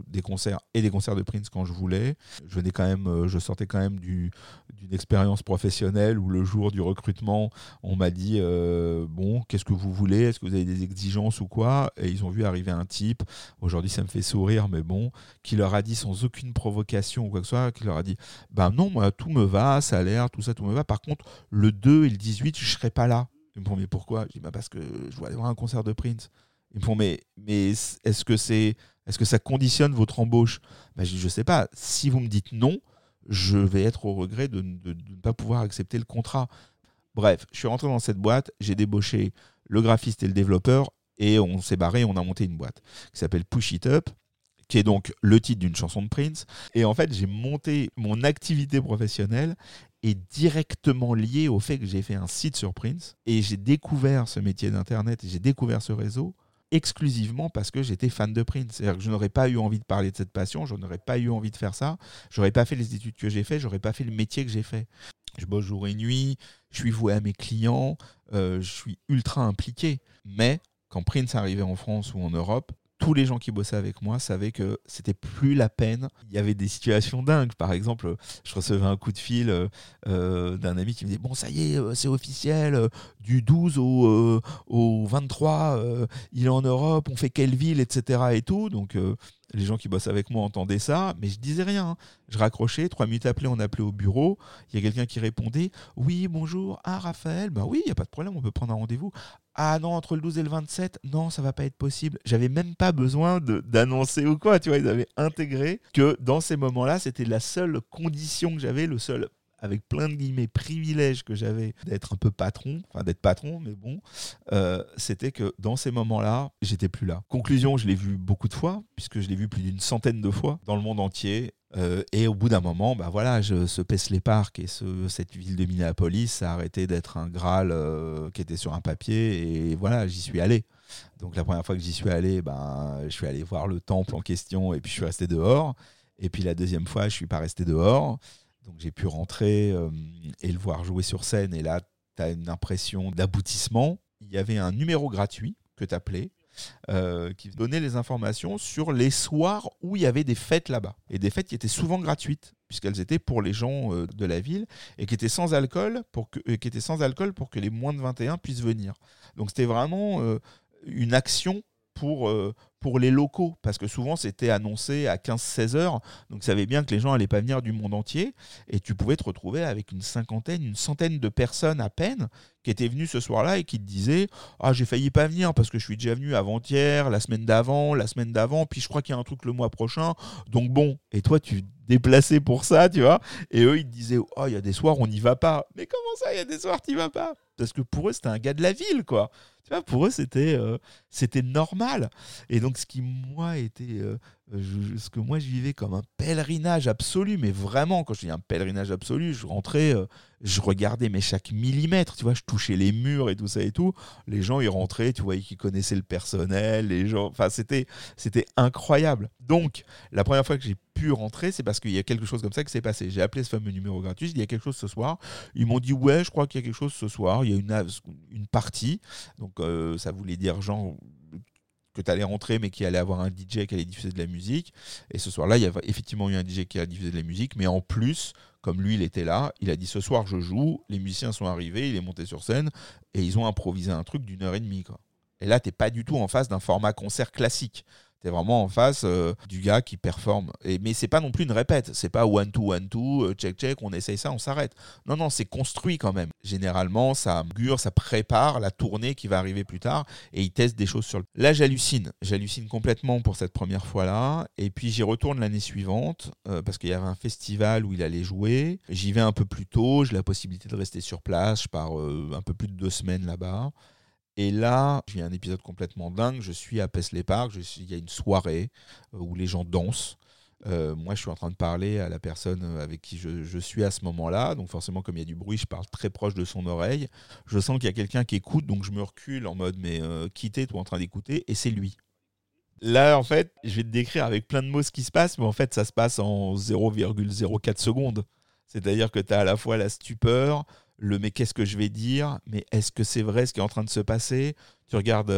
de Prince quand je voulais. Je sortais quand même d'une expérience professionnelle où le jour du recrutement, on m'a dit bon, qu'est-ce que vous voulez ? Est-ce que vous avez des exigences ou quoi ? Et ils ont vu arriver un type, aujourd'hui ça me fait sourire, mais bon, qui leur a dit sans aucune provocation ou quoi que ce soit, qui leur a dit ben non, moi tout me va, salaire, tout ça, tout me va. Par contre, le 2 et le 18, je ne serai pas là. Ils me font, mais pourquoi ? Je dis, bah parce que je dois aller voir un concert de Prince. Ils me font, mais est-ce que ça conditionne votre embauche ? Bah, je dis, je sais pas. Si vous me dites non, je vais être au regret de ne pas pouvoir accepter le contrat. Bref, je suis rentré dans cette boîte, j'ai débauché le graphiste et le développeur, et on s'est barré, on a monté une boîte qui s'appelle Push It Up, qui est donc le titre d'une chanson de Prince. Et en fait, j'ai monté mon activité professionnelle est directement liée au fait que j'ai fait un site sur Prince, et j'ai découvert ce métier d'Internet, et j'ai découvert ce réseau exclusivement parce que j'étais fan de Prince. C'est-à-dire que je n'aurais pas eu envie de parler de cette passion, je n'aurais pas eu envie de faire ça, j'aurais pas fait les études que j'ai fait, j'aurais pas fait le métier que j'ai fait. Je bosse jour et nuit, je suis voué à mes clients, je suis ultra impliqué. Mais quand Prince arrivait en France ou en Europe, tous les gens qui bossaient avec moi savaient que c'était plus la peine. Il y avait des situations dingues. Par exemple, je recevais un coup de fil d'un ami qui me disait « Bon, ça y est, c'est officiel, du 12 au 23, il est en Europe, on fait quelle ville, etc. » et tout. Donc, les gens qui bossent avec moi entendaient ça, mais je disais rien. Je raccrochais, 3 minutes après, on appelait au bureau. Il y a quelqu'un qui répondait « Oui, bonjour, Raphaël, ben oui, il n'y a pas de problème, on peut prendre un rendez-vous. » Ah non, entre le 12 et le 27, non, ça va pas être possible. J'avais même pas besoin d'annoncer ou quoi, tu vois, ils avaient intégré que dans ces moments-là, c'était la seule condition que j'avais, le seul, avec plein de guillemets, privilège que j'avais d'être un peu patron, enfin d'être patron, mais bon, c'était que dans ces moments-là, j'étais plus là. Conclusion, je l'ai vu beaucoup de fois, puisque je l'ai vu plus d'une centaine de fois dans le monde entier. Et au bout d'un moment, bah voilà, ce Paisley Park et cette ville de Minneapolis, ça a arrêté d'être un Graal qui était sur un papier, et voilà, j'y suis allé. Donc la première fois que j'y suis allé, je suis allé voir le temple en question, et puis je suis resté dehors. Et puis la deuxième fois, je suis pas resté dehors. Donc j'ai pu rentrer et le voir jouer sur scène, et là, tu as une impression d'aboutissement. Il y avait un numéro gratuit que tu appelais, qui donnait les informations sur les soirs où il y avait des fêtes là-bas. Et des fêtes qui étaient souvent gratuites, puisqu'elles étaient pour les gens de la ville, et qui étaient sans alcool pour que les moins de 21 puissent venir. Donc c'était vraiment une action pour les locaux, parce que souvent c'était annoncé à 15-16 heures, donc ça savait bien que les gens n'allaient pas venir du monde entier, et tu pouvais te retrouver avec une centaine de personnes à peine qui étaient venues ce soir-là et qui te disaient « Ah, j'ai failli pas venir parce que je suis déjà venu avant-hier, la semaine d'avant, puis je crois qu'il y a un truc le mois prochain, donc bon. » Et toi, tu déplacé pour ça, tu vois, et eux, ils te disaient « Oh, il y a des soirs, on n'y va pas. » Mais comment ça, il y a des soirs, tu n'y vas pas ? Parce que pour eux, c'était un gars de la ville, quoi. Tu vois, pour eux, c'était normal. Et donc, ce que moi, je vivais comme un pèlerinage absolu, mais vraiment, quand je dis un pèlerinage absolu, je rentrais, je regardais chaque millimètre, tu vois, je touchais les murs et tout ça et tout. Les gens, ils rentraient, tu vois, qui connaissaient le personnel, les gens, enfin, c'était incroyable. Donc, la première fois que j'ai pu rentrer, c'est parce qu'il y a quelque chose comme ça qui s'est passé. J'ai appelé ce fameux numéro gratuit, j'ai dit, il y a quelque chose ce soir. Ils m'ont dit, ouais, je crois qu'il y a quelque chose ce soir. Il y a une partie. Donc, ça voulait dire, genre, que tu allais rentrer, mais qu'il allait avoir un DJ qui allait diffuser de la musique. Et ce soir-là, il y a effectivement eu un DJ qui a diffusé de la musique, mais en plus, comme lui, il était là, il a dit ce soir, je joue, les musiciens sont arrivés, il est monté sur scène, et ils ont improvisé un truc d'1h30, quoi. Et là, tu n'es pas du tout en face d'un format concert classique. Tu es vraiment en face du gars qui performe. Mais c'est pas non plus une répète. C'est pas 1-2, 1-2, check, on essaye ça, on s'arrête. Non, c'est construit quand même. Généralement, ça augure, ça prépare la tournée qui va arriver plus tard et ils testent des choses sur le... Là, j'hallucine. J'hallucine complètement pour cette première fois-là. Et puis, j'y retourne l'année suivante parce qu'il y avait un festival où il allait jouer. J'y vais un peu plus tôt. J'ai la possibilité de rester sur place. Je pars un peu plus de 2 semaines là-bas. Et là, il y a un épisode complètement dingue. Je suis à Paisley Park. Il y a une soirée où les gens dansent. Moi, je suis en train de parler à la personne avec qui je suis à ce moment-là. Donc forcément, comme il y a du bruit, je parle très proche de son oreille. Je sens qu'il y a quelqu'un qui écoute. Donc je me recule en mode, mais qui t'es, toi, en train d'écouter ? Et c'est lui. Là, en fait, je vais te décrire avec plein de mots ce qui se passe. Mais en fait, ça se passe en 0,04 secondes. C'est-à-dire que tu as à la fois la stupeur, mais qu'est-ce que je vais dire ? Mais est-ce que c'est vrai ce qui est en train de se passer ? Tu regardes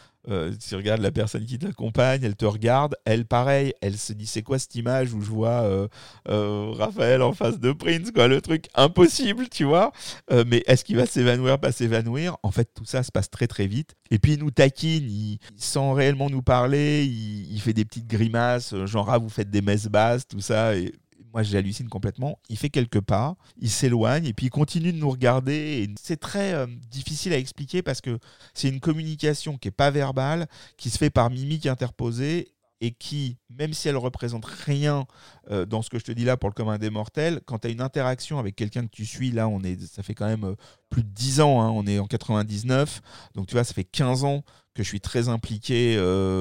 la personne qui t'accompagne, elle te regarde, elle pareil, elle se dit c'est quoi cette image où je vois Raphaël en face de Prince, quoi, le truc impossible, tu vois. Mais est-ce qu'il va s'évanouir, pas s'évanouir ? En fait, tout ça se passe très très vite. Et puis il nous taquine, sans réellement nous parler, il fait des petites grimaces, genre vous faites des messes basses, tout ça. Et moi, j'hallucine complètement. Il fait quelques pas, il s'éloigne et puis il continue de nous regarder. Et c'est très difficile à expliquer parce que c'est une communication qui n'est pas verbale, qui se fait par mimique interposée et qui, même si elle ne représente rien dans ce que je te dis là pour le commun des mortels, quand tu as une interaction avec quelqu'un que tu suis, là, ça fait quand même plus de 10 ans, hein, on est en 99, donc tu vois, ça fait 15 ans que je suis très impliqué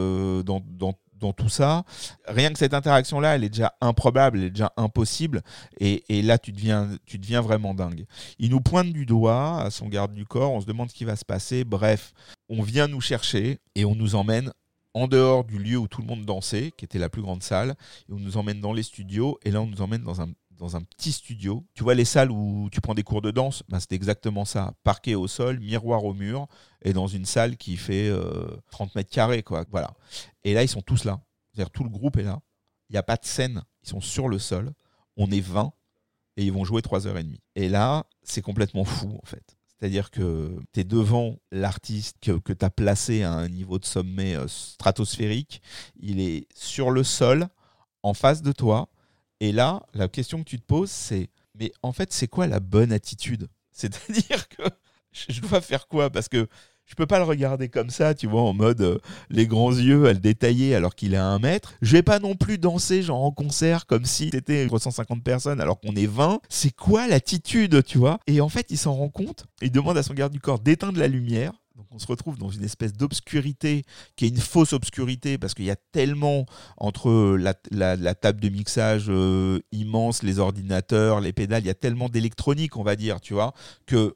dans tout ça. Rien que cette interaction-là, elle est déjà improbable, elle est déjà impossible, et là, tu deviens vraiment dingue. Il nous pointe du doigt à son garde du corps, on se demande ce qui va se passer, bref, on vient nous chercher et on nous emmène en dehors du lieu où tout le monde dansait, qui était la plus grande salle, et on nous emmène dans les studios, et là, on nous emmène dans un petit studio. Tu vois les salles où tu prends des cours de danse ? Ben, c'était exactement ça. Parquet au sol, miroir au mur, et dans une salle qui fait 30 mètres carrés, quoi. Voilà. Et là, ils sont tous là. C'est-à-dire, tout le groupe est là. Il n'y a pas de scène. Ils sont sur le sol. On est 20, et ils vont jouer 3h30. Et là, c'est complètement fou, en fait. C'est-à-dire que tu es devant l'artiste que tu as placé à un niveau de sommet stratosphérique. Il est sur le sol, en face de toi. Et là, la question que tu te poses, c'est « Mais en fait, c'est quoi la bonne attitude ?» C'est-à-dire que je dois faire quoi ? Parce que je peux pas le regarder comme ça, tu vois, en mode les grands yeux à le détailler alors qu'il est à 1 mètre. Je vais pas non plus danser genre en concert comme si c'était 350 personnes alors qu'on est 20. C'est quoi l'attitude, tu vois ? Et en fait, il s'en rend compte. Il demande à son garde du corps d'éteindre la lumière. Donc on se retrouve dans une espèce d'obscurité qui est une fausse obscurité parce qu'il y a tellement entre la table de mixage immense, les ordinateurs, les pédales, il y a tellement d'électronique, on va dire, tu vois, que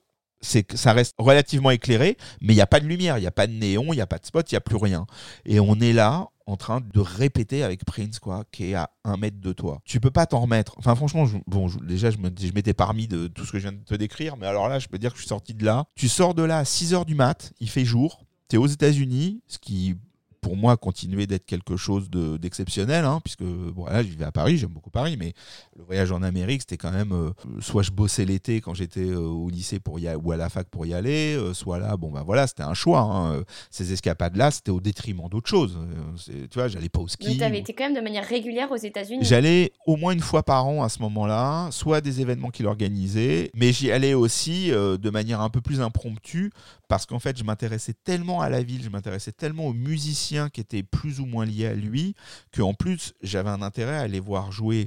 ça reste relativement éclairé, mais il n'y a pas de lumière, il n'y a pas de néon, il n'y a pas de spot, il n'y a plus rien. Et on est là en train de répéter avec Prince, quoi, qui est à 1 mètre de toi. Tu peux pas t'en remettre. Enfin, franchement, déjà, je m'étais parmi de tout ce que je viens de te décrire, mais alors là, je peux dire que je suis sorti de là. Tu sors de là à 6h du mat, il fait jour, tu es aux États-Unis, ce qui, pour moi, continuait d'être quelque chose d'exceptionnel, hein, puisque bon, là, je vivais à Paris, j'aime beaucoup Paris, mais le voyage en Amérique, c'était quand même soit je bossais l'été quand j'étais au lycée ou à la fac pour y aller, soit là, bon, bah voilà, c'était un choix. Hein. Ces escapades-là, c'était au détriment d'autres choses. Tu vois, j'allais pas au ski. Mais tu avais été quand même de manière régulière aux États-Unis. J'allais au moins 1 fois par an à ce moment-là, soit à des événements qu'il organisait, mais j'y allais aussi de manière un peu plus impromptue, parce qu'en fait, je m'intéressais tellement à la ville, je m'intéressais tellement aux musiciens qui étaient plus ou moins liés à lui, qu'en plus, j'avais un intérêt à aller voir jouer,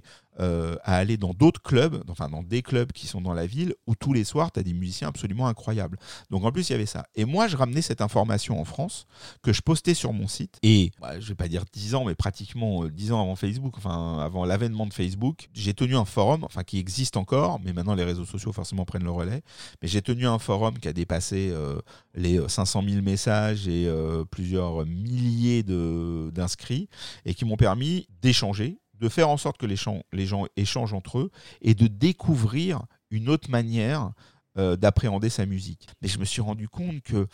à aller dans d'autres clubs, enfin dans des clubs qui sont dans la ville, où tous les soirs, tu as des musiciens absolument incroyables. Donc en plus, il y avait ça. Et moi, je ramenais cette information en France, que je postais sur mon site, et je vais pas dire 10 ans, mais pratiquement 10 ans avant Facebook, enfin avant l'avènement de Facebook, j'ai tenu un forum, enfin qui existe encore, mais maintenant les réseaux sociaux forcément prennent le relais, mais j'ai tenu un forum qui a dépassé les 500 000 messages et plusieurs milliers d'inscrits, et qui m'ont permis d'échanger, de faire en sorte que les gens échangent entre eux et de découvrir une autre manière d'appréhender sa musique. Mais je me suis rendu compte que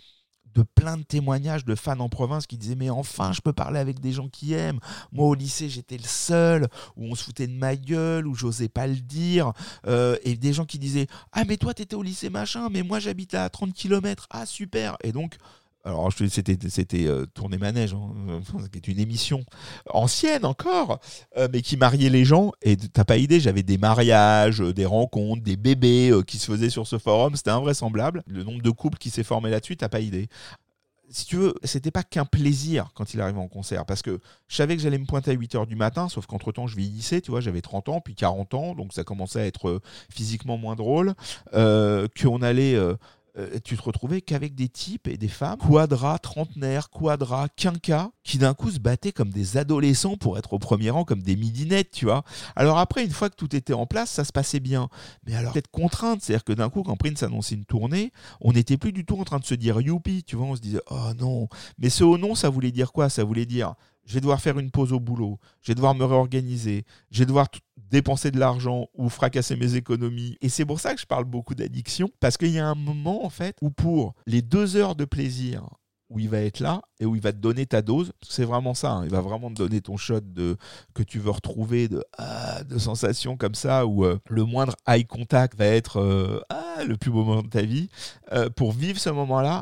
de plein de témoignages de fans en province qui disaient mais enfin je peux parler avec des gens qui aiment. Moi au lycée j'étais le seul, où on se foutait de ma gueule, où j'osais pas le dire, et des gens qui disaient ah mais toi t'étais au lycée machin, mais moi j'habite à 30 km, ah super. Et donc alors c'était Tourner Manège, qui est une émission ancienne encore, mais qui mariait les gens, et t'as pas idée, j'avais des mariages, des rencontres, des bébés qui se faisaient sur ce forum, c'était invraisemblable, le nombre de couples qui s'est formé là-dessus, t'as pas idée. Si tu veux, c'était pas qu'un plaisir quand il arrivait en concert, parce que je savais que j'allais me pointer à 8h du matin, sauf qu'entre-temps je vieillissais, tu vois, j'avais 30 ans, puis 40 ans, donc ça commençait à être physiquement moins drôle, qu'on allait... tu te retrouvais qu'avec des types et des femmes, quadras, trentenaires, quadras, quinquas, qui d'un coup se battaient comme des adolescents pour être au premier rang, comme des midinettes, tu vois. Alors après, une fois que tout était en place, ça se passait bien. Mais alors, cette contrainte, c'est-à-dire que d'un coup, quand Prince annonçait une tournée, on n'était plus du tout en train de se dire youpi, tu vois, on se disait oh non. Mais ce oh non, ça voulait dire quoi ? Ça voulait dire je vais devoir faire une pause au boulot, je vais devoir me réorganiser, je vais devoir dépenser de l'argent ou fracasser mes économies. Et c'est pour ça que je parle beaucoup d'addiction, parce qu'il y a un moment, en fait, où pour les 2 heures de plaisir où il va être là et où il va te donner ta dose, c'est vraiment ça, hein, il va vraiment te donner ton shot que tu veux retrouver de sensations comme ça, où le moindre eye contact va être le plus beau moment de ta vie. Pour vivre ce moment-là,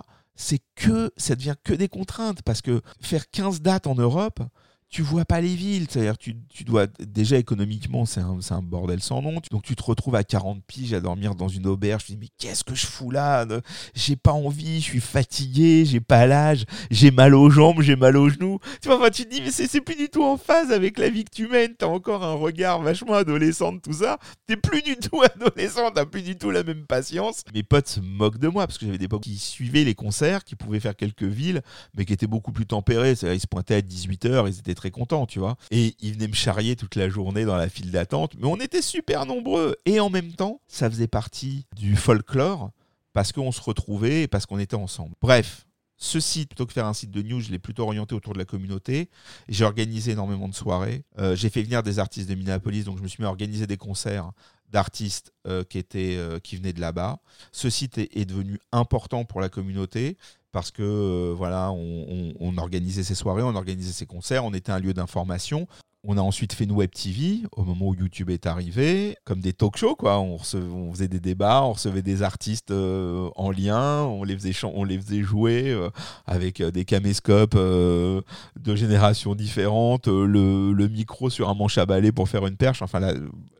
ça devient que des contraintes, parce que faire 15 dates en Europe, tu vois pas les villes, c'est-à-dire tu dois déjà économiquement c'est un bordel sans nom, donc tu te retrouves à 40 piges à dormir dans une auberge, tu te dis mais qu'est-ce que je fous là, j'ai pas envie, je suis fatigué, j'ai pas l'âge, j'ai mal aux jambes, j'ai mal aux genoux, tu vois, enfin, tu te dis mais c'est plus du tout en phase avec la vie que tu mènes, t'as encore un regard vachement adolescent de tout ça, t'es plus du tout adolescent, t'as plus du tout la même patience. Mes potes se moquent de moi parce que j'avais des potes qui suivaient les concerts, qui pouvaient faire quelques villes mais qui étaient beaucoup plus tempérés, c'est-à-dire ils se pointaient à 18h, ils étaient très contents, tu vois. Et ils venaient me charrier toute la journée dans la file d'attente. Mais on était super nombreux. Et en même temps, ça faisait partie du folklore parce qu'on se retrouvait et parce qu'on était ensemble. Bref, ce site, plutôt que faire un site de news, je l'ai plutôt orienté autour de la communauté. J'ai organisé énormément de soirées. J'ai fait venir des artistes de Minneapolis, donc je me suis mis à organiser des concerts d'artistes qui venaient de là-bas. Ce site est devenu important pour la communauté parce que voilà, on organisait ces soirées, on organisait ces concerts, on était un lieu d'information. On a ensuite fait une web TV au moment où YouTube est arrivé, comme des talk shows, quoi. On faisait des débats, on recevait des artistes en lien, on les faisait jouer avec des caméscopes de générations différentes, le micro sur un manche à balai pour faire une perche, enfin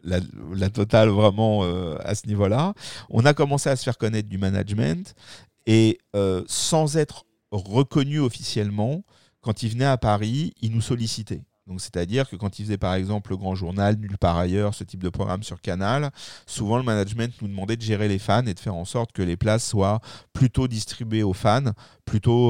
la totale vraiment à ce niveau-là. On a commencé à se faire connaître du management et sans être reconnu officiellement, quand ils venaient à Paris, ils nous sollicitaient. Donc, c'est-à-dire que quand ils faisaient par exemple le Grand Journal, Nulle part ailleurs, ce type de programme sur Canal, souvent le management nous demandait de gérer les fans et de faire en sorte que les places soient plutôt distribuées aux fans, plutôt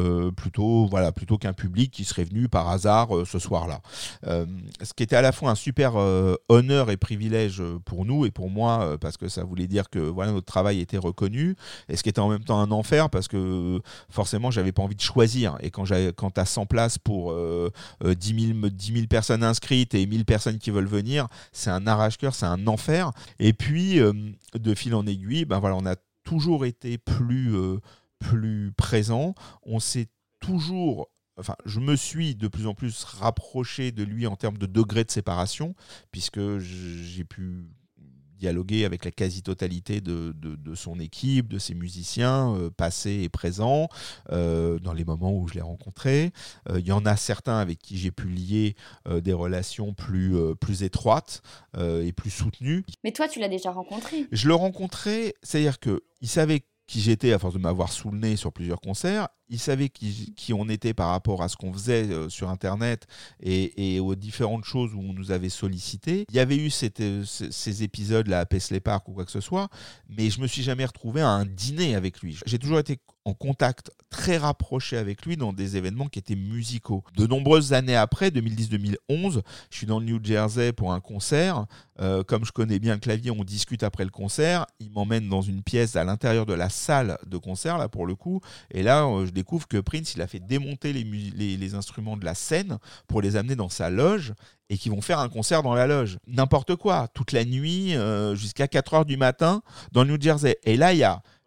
qu'un public qui serait venu par hasard ce soir-là. Ce qui était à la fois un super honneur et privilège pour nous et pour moi, parce que ça voulait dire que voilà, notre travail était reconnu, et ce qui était en même temps un enfer, parce que forcément, j'avais pas envie de choisir. Et quand tu as 100 places pour 10 000 personnes inscrites et 1000 personnes qui veulent venir, c'est un arrache-cœur, c'est un enfer. Et puis, de fil en aiguille, ben voilà, on a toujours été plus présent. On s'est toujours... Enfin, je me suis de plus en plus rapproché de lui en termes de degré de séparation, puisque j'ai pu dialoguer avec la quasi-totalité de son équipe, de ses musiciens passés et présents, dans les moments où je l'ai rencontré. Il y en a certains avec qui j'ai pu lier des relations plus étroites et plus soutenues. Mais toi, tu l'as déjà rencontré. Je le rencontrais, c'est-à-dire qu'il savait qui j'étais à force de m'avoir sous le nez sur plusieurs concerts. Il savait qui on était par rapport à ce qu'on faisait sur Internet et aux différentes choses où on nous avait sollicité. Il y avait eu ces épisodes-là à Paisley Park ou quoi que ce soit, mais je ne me suis jamais retrouvé à un dîner avec lui. J'ai toujours été en contact très rapproché avec lui dans des événements qui étaient musicaux. De nombreuses années après, 2010-2011, je suis dans le New Jersey pour un concert. Comme je connais bien le clavier, on discute après le concert. Il m'emmène dans une pièce à l'intérieur de la salle de concert, là pour le coup. Et là, je découvre que Prince, il a fait démonter les instruments de la scène pour les amener dans sa loge et qu'ils vont faire un concert dans la loge. N'importe quoi, toute la nuit, jusqu'à 4h du matin, dans le New Jersey. Et là, il y a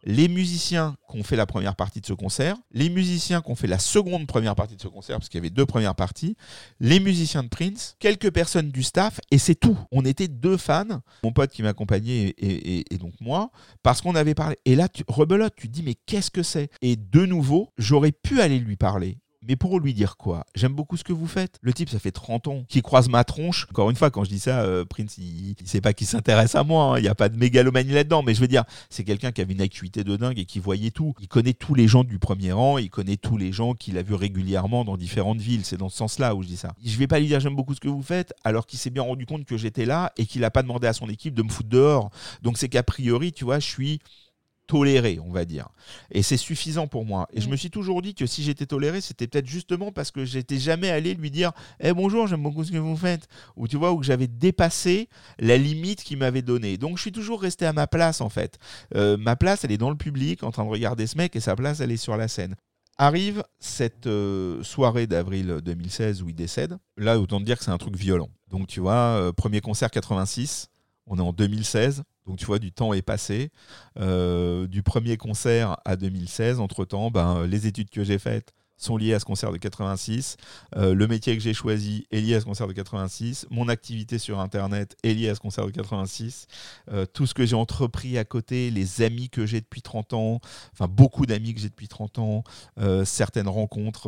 les musiciens qui ont fait la première partie de ce concert, les musiciens qui ont fait la seconde première partie de ce concert, parce qu'il y avait 2 premières parties, les musiciens de Prince, quelques personnes du staff, et c'est tout. On était 2 fans, mon pote qui m'accompagnait et donc moi, parce qu'on avait parlé. Et là, rebelote, tu te dis, mais qu'est-ce que c'est ? Et de nouveau, j'aurais pu aller lui parler. Mais pour lui dire quoi ? J'aime beaucoup ce que vous faites. Le type, ça fait 30 ans qu'il croise ma tronche. Encore une fois, quand je dis ça, Prince, il sait pas qu'il s'intéresse à moi. Il n'y a pas de mégalomanie là-dedans. Mais je veux dire, c'est quelqu'un qui avait une acuité de dingue et qui voyait tout. Il connaît tous les gens du premier rang. Il connaît tous les gens qu'il a vus régulièrement dans différentes villes. C'est dans ce sens-là où je dis ça. Je vais pas lui dire j'aime beaucoup ce que vous faites, alors qu'il s'est bien rendu compte que j'étais là et qu'il n'a pas demandé à son équipe de me foutre dehors. Donc c'est qu'a priori, tu vois, je suis toléré, on va dire. Et c'est suffisant pour moi. Et je me suis toujours dit que si j'étais toléré, c'était peut-être justement parce que j'étais jamais allé lui dire bonjour, j'aime beaucoup ce que vous faites. Ou tu vois, ou que j'avais dépassé la limite qu'il m'avait donnée. Donc je suis toujours resté à ma place, en fait. Ma place, elle est dans le public, en train de regarder ce mec, et sa place, elle est sur la scène. Arrive cette soirée d'avril 2016 où il décède. Là, autant te dire que c'est un truc violent. Donc tu vois, premier concert 86, on est en 2016. Donc tu vois, du temps est passé. Du premier concert à 2016, entre-temps, les études que j'ai faites sont liées à ce concert de 86. Le métier que j'ai choisi est lié à ce concert de 86. Mon activité sur Internet est liée à ce concert de 86. Tout ce que j'ai entrepris à côté, les amis que j'ai depuis 30 ans, enfin beaucoup d'amis que j'ai depuis 30 ans, certaines rencontres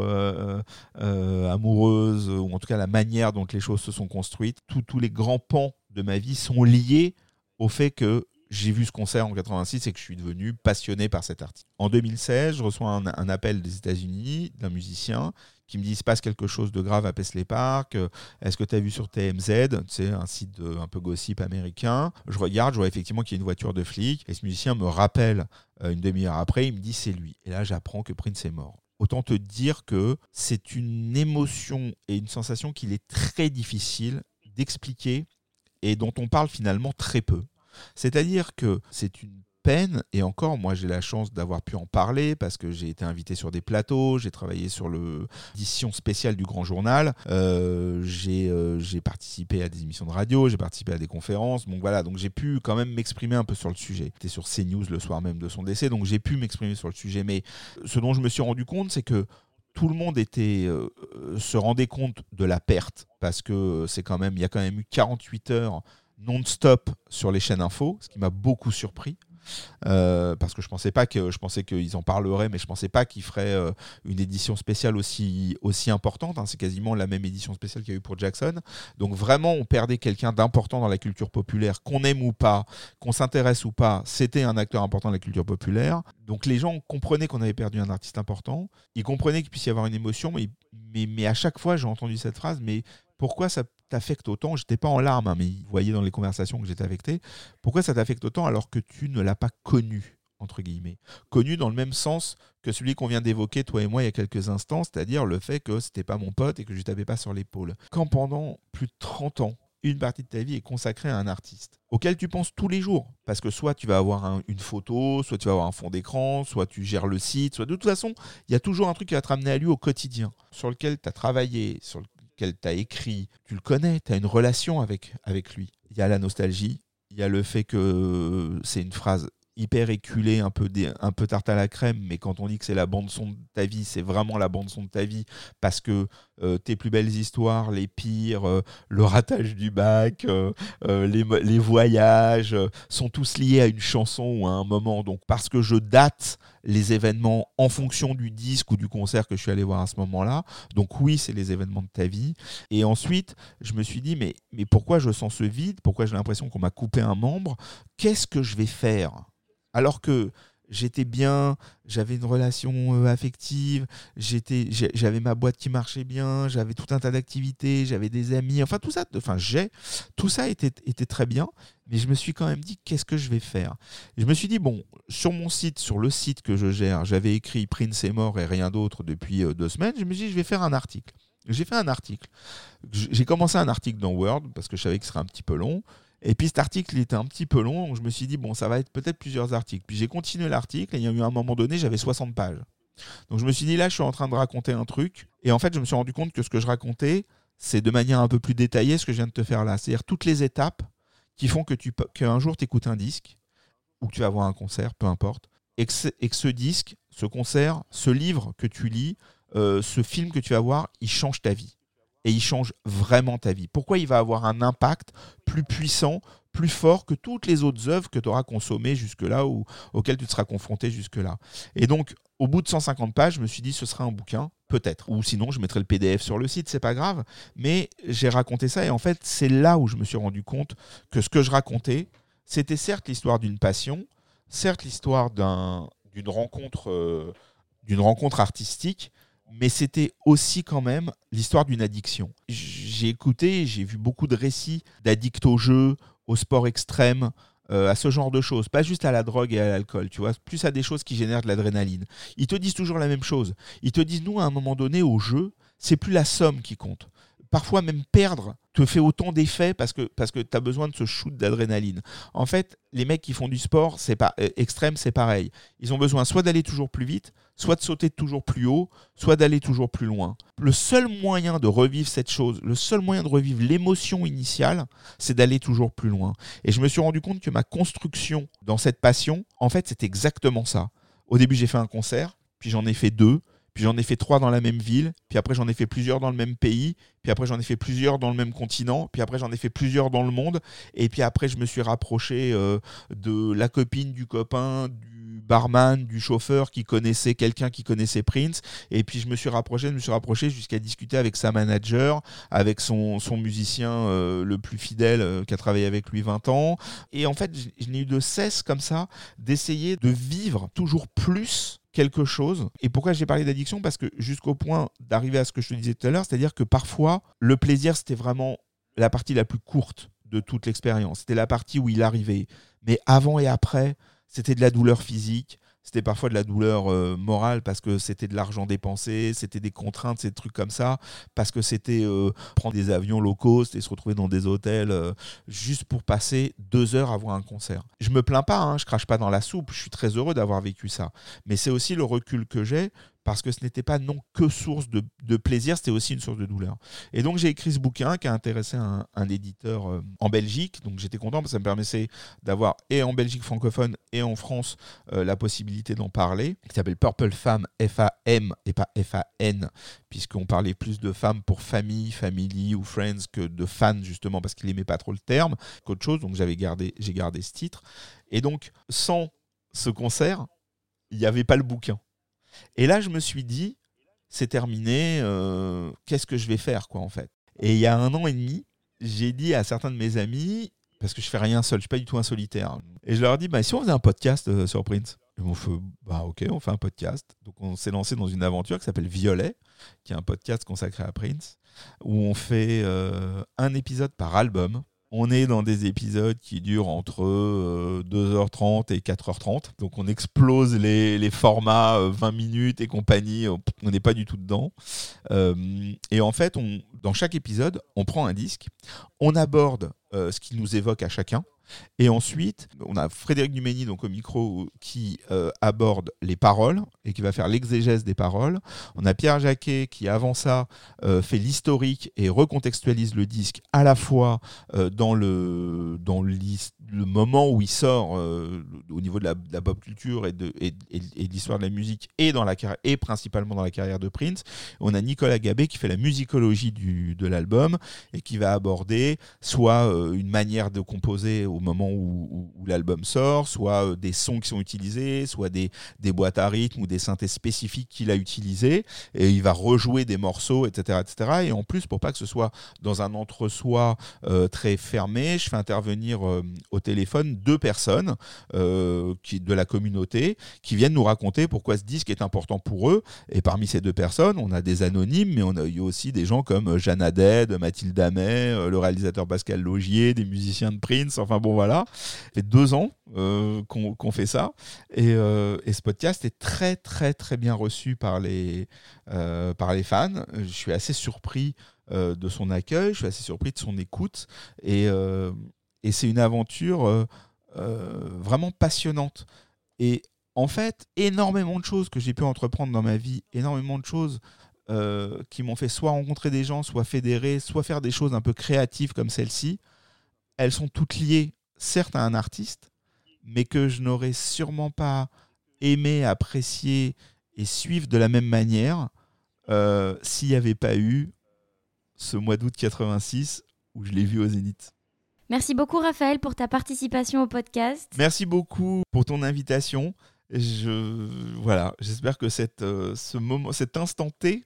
amoureuses, ou en tout cas la manière dont les choses se sont construites, tous les grands pans de ma vie sont liés au fait que j'ai vu ce concert en 86 et que je suis devenu passionné par cet artiste. En 2016, je reçois un appel des États-Unis d'un musicien qui me dit « Il se passe quelque chose de grave à Paisley Park. Est-ce que tu as vu sur TMZ ?» C'est un site un peu gossip américain. Je regarde, je vois effectivement qu'il y a une voiture de flic. Et ce musicien me rappelle une demi-heure après, il me dit « C'est lui ». Et là, j'apprends que Prince est mort. Autant te dire que c'est une émotion et une sensation qu'il est très difficile d'expliquer et dont on parle finalement très peu. C'est-à-dire que c'est une peine, et encore, moi j'ai la chance d'avoir pu en parler parce que j'ai été invité sur des plateaux, j'ai travaillé sur l'édition spéciale du Grand Journal, j'ai participé à des émissions de radio, j'ai participé à des conférences, donc voilà, donc j'ai pu quand même m'exprimer un peu sur le sujet. J'étais sur CNews le soir même de son décès, donc j'ai pu m'exprimer sur le sujet, mais ce dont je me suis rendu compte, c'est que tout le monde se rendait compte de la perte, parce que il y a quand même eu 48 heures non-stop sur les chaînes info, ce qui m'a beaucoup surpris. Parce que je pensais qu'ils en parleraient, mais je pensais pas qu'ils feraient une édition spéciale aussi importante. C'est quasiment la même édition spéciale qu'il y a eu pour Jackson. Donc vraiment, on perdait quelqu'un d'important dans la culture populaire, qu'on aime ou pas, qu'on s'intéresse ou pas. C'était un acteur important de la culture populaire. Donc les gens comprenaient qu'on avait perdu un artiste important. Ils comprenaient qu'il puisse y avoir une émotion, mais à chaque fois, j'ai entendu cette phrase, mais pourquoi ça t'affecte autant ? Je n'étais pas en larmes, mais vous voyez dans les conversations que j'étais affecté. Pourquoi ça t'affecte autant alors que tu ne l'as pas connu, entre guillemets ? Connu dans le même sens que celui qu'on vient d'évoquer, toi et moi, il y a quelques instants, c'est-à-dire le fait que c'était pas mon pote et que je ne tapais pas sur l'épaule. Quand pendant plus de 30 ans, une partie de ta vie est consacrée à un artiste auquel tu penses tous les jours, parce que soit tu vas avoir une photo, soit tu vas avoir un fond d'écran, soit tu gères le site, soit de toute façon, il y a toujours un truc qui va te ramener à lui au quotidien, sur lequel tu as travaillé, sur lequel tu as écrit, tu le connais, tu as une relation avec lui. Il y a la nostalgie, il y a le fait que c'est une phrase hyper éculée, un peu tarte à la crème, mais quand on dit que c'est la bande-son de ta vie, c'est vraiment la bande-son de ta vie, parce que tes plus belles histoires, les pires, le ratage du bac, les voyages, sont tous liés à une chanson ou à un moment. Donc parce que je date les événements en fonction du disque ou du concert que je suis allé voir à ce moment-là, donc oui, c'est les événements de ta vie. Et ensuite, je me suis dit, mais pourquoi je sens ce vide ? Pourquoi j'ai l'impression qu'on m'a coupé un membre ? Qu'est-ce que je vais faire ? Alors que j'étais bien, j'avais une relation affective, j'avais ma boîte qui marchait bien, j'avais tout un tas d'activités, j'avais des amis, tout ça était très bien, mais je me suis quand même dit, qu'est-ce que je vais faire ? Je me suis dit, sur le site que je gère, j'avais écrit Prince est mort et rien d'autre depuis 2 semaines, je me suis dit, je vais faire un article. J'ai fait un article. J'ai commencé un article dans Word, parce que je savais que ce serait un petit peu long. Et puis cet article il était un petit peu long, donc je me suis dit ça va être peut-être plusieurs articles. Puis j'ai continué l'article et il y a eu un moment donné, j'avais 60 pages. Donc je me suis dit là, je suis en train de raconter un truc. Et en fait, je me suis rendu compte que ce que je racontais, c'est de manière un peu plus détaillée ce que je viens de te faire là. C'est-à-dire toutes les étapes qui font qu'un jour tu écoutes un disque ou que tu vas voir un concert, peu importe. et que ce disque, ce concert, ce livre que tu lis, ce film que tu vas voir, il change ta vie. Et il change vraiment ta vie. Pourquoi il va avoir un impact plus puissant, plus fort que toutes les autres œuvres que tu auras consommées jusque-là ou auxquelles tu te seras confronté jusque-là. Et donc, au bout de 150 pages, je me suis dit ce sera un bouquin, peut-être. Ou sinon, je mettrai le PDF sur le site, c'est pas grave. Mais j'ai raconté ça et en fait, c'est là où je me suis rendu compte que ce que je racontais, c'était certes l'histoire d'une passion, certes l'histoire d'une rencontre artistique, mais c'était aussi quand même l'histoire d'une addiction. J'ai écouté, j'ai vu beaucoup de récits d'addicts au jeu, au sport extrême, à ce genre de choses. Pas juste à la drogue et à l'alcool, tu vois, plus à des choses qui génèrent de l'adrénaline. Ils te disent toujours la même chose. Ils te disent, nous, à un moment donné, au jeu, c'est plus la somme qui compte. Parfois, même perdre te fait autant d'effets parce que tu as besoin de ce shoot d'adrénaline. En fait, les mecs qui font du sport extrême, c'est pareil. Ils ont besoin soit d'aller toujours plus vite, soit de sauter toujours plus haut, soit d'aller toujours plus loin. Le seul moyen de revivre cette chose, le seul moyen de revivre l'émotion initiale, c'est d'aller toujours plus loin. Et je me suis rendu compte que ma construction dans cette passion, en fait, c'est exactement ça. Au début, j'ai fait un concert, puis j'en ai fait 2, puis j'en ai fait 3 dans la même ville, puis après j'en ai fait plusieurs dans le même pays, puis après j'en ai fait plusieurs dans le même continent, puis après j'en ai fait plusieurs dans le monde, et puis après je me suis rapproché de la copine, du copain, du barman, du chauffeur qui connaissait quelqu'un qui connaissait Prince, et puis je me suis rapproché jusqu'à discuter avec sa manager, avec son musicien le plus fidèle qui a travaillé avec lui 20 ans, et en fait je n'ai eu de cesse comme ça d'essayer de vivre toujours plus quelque chose. Et pourquoi j'ai parlé d'addiction ? Parce que jusqu'au point d'arriver à ce que je te disais tout à l'heure, c'est-à-dire que parfois, le plaisir, c'était vraiment la partie la plus courte de toute l'expérience. C'était la partie où il arrivait. Mais avant et après, c'était de la douleur physique, c'était parfois de la douleur morale parce que c'était de l'argent dépensé, c'était des contraintes, ces trucs comme ça, parce que c'était prendre des avions low cost et se retrouver dans des hôtels juste pour passer 2 heures à voir un concert. Je me plains pas, je crache pas dans la soupe, je suis très heureux d'avoir vécu ça. Mais c'est aussi le recul que j'ai parce que ce n'était pas non que source de plaisir, c'était aussi une source de douleur. Et donc j'ai écrit ce bouquin qui a intéressé un éditeur en Belgique, donc j'étais content parce que ça me permettait d'avoir et en Belgique francophone et en France la possibilité d'en parler, qui s'appelle Purple Femme, F-A-M et pas F-A-N, puisqu'on parlait plus de femmes pour famille, family ou friends que de fans justement parce qu'il n'aimait pas trop le terme qu'autre chose, donc j'ai gardé ce titre. Et donc sans ce concert, il n'y avait pas le bouquin. Et là, je me suis dit, c'est terminé, qu'est-ce que je vais faire, quoi, en fait ? Et il y a 1 an et demi, j'ai dit à certains de mes amis, parce que je fais rien seul, je suis pas du tout un solitaire, et je leur ai dit, si on faisait un podcast sur Prince ? Ils m'ont fait, ok, on fait un podcast. Donc on s'est lancé dans une aventure qui s'appelle Violet, qui est un podcast consacré à Prince, où on fait un épisode par album. On est dans des épisodes qui durent entre 2h30 et 4h30. Donc on explose les formats 20 minutes et compagnie. On n'est pas du tout dedans. Et en fait, dans chaque épisode, on prend un disque. On aborde ce qu'il nous évoque à chacun. Et ensuite, on a Frédéric Dumény donc au micro qui aborde les paroles et qui va faire l'exégèse des paroles. On a Pierre Jacquet qui avant ça fait l'historique et recontextualise le disque à la fois dans le moment où il sort au niveau de la pop culture et de l'histoire de la musique et principalement dans la carrière de Prince. On a Nicolas Gabé qui fait la musicologie de l'album et qui va aborder soit une manière de composer au moment où l'album sort, soit des sons qui sont utilisés, soit des boîtes à rythme ou des synthés spécifiques qu'il a utilisés, et il va rejouer des morceaux, etc., etc. Et en plus, pour pas que ce soit dans un entre-soi très fermé, je fais intervenir au téléphone 2 personnes de la communauté qui viennent nous raconter pourquoi ce disque est important pour eux. Et parmi ces 2 personnes, on a des anonymes, mais on a eu aussi des gens comme Jeanne Haddad, Mathilde Amet, le réalisateur Pascal Laugier, des musiciens de Prince, enfin bon voilà. Ça fait 2 ans qu'on fait ça. Et ce podcast est très très très bien reçu par les fans. Je suis assez surpris de son accueil, je suis assez surpris de son écoute. Et c'est une aventure vraiment passionnante. Et en fait, énormément de choses que j'ai pu entreprendre dans ma vie, énormément de choses qui m'ont fait soit rencontrer des gens, soit fédérer, soit faire des choses un peu créatives comme celle-ci, elles sont toutes liées, certes, à un artiste, mais que je n'aurais sûrement pas aimer, apprécier et suivre de la même manière s'il n'y avait pas eu ce mois d'août 86 où je l'ai vu au Zénith. Merci beaucoup Raphaël pour ta participation au podcast. Merci beaucoup pour ton invitation. J'espère que cet instant T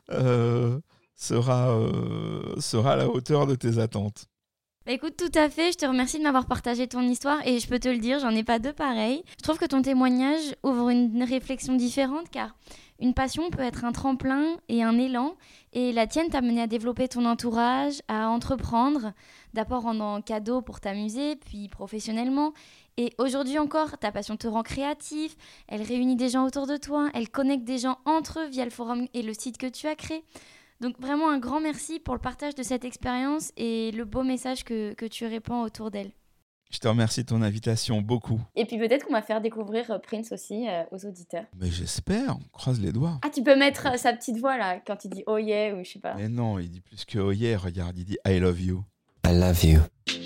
sera à la hauteur de tes attentes. Écoute, tout à fait, je te remercie de m'avoir partagé ton histoire et je peux te le dire, j'en ai pas deux pareils. Je trouve que ton témoignage ouvre une réflexion différente car une passion peut être un tremplin et un élan et la tienne t'a mené à développer ton entourage, à entreprendre, d'abord en cadeau pour t'amuser, puis professionnellement. Et aujourd'hui encore, ta passion te rend créatif, elle réunit des gens autour de toi, elle connecte des gens entre eux via le forum et le site que tu as créé. Donc vraiment un grand merci pour le partage de cette expérience et le beau message que tu répands autour d'elle. Je te remercie de ton invitation, beaucoup. Et puis peut-être qu'on va faire découvrir Prince aussi aux auditeurs. Mais j'espère, on croise les doigts. Ah, tu peux mettre sa petite voix là, quand il dit « oh yeah » ou je sais pas. Mais non, il dit plus que « oh yeah », regarde, il dit « I love you ». I love you.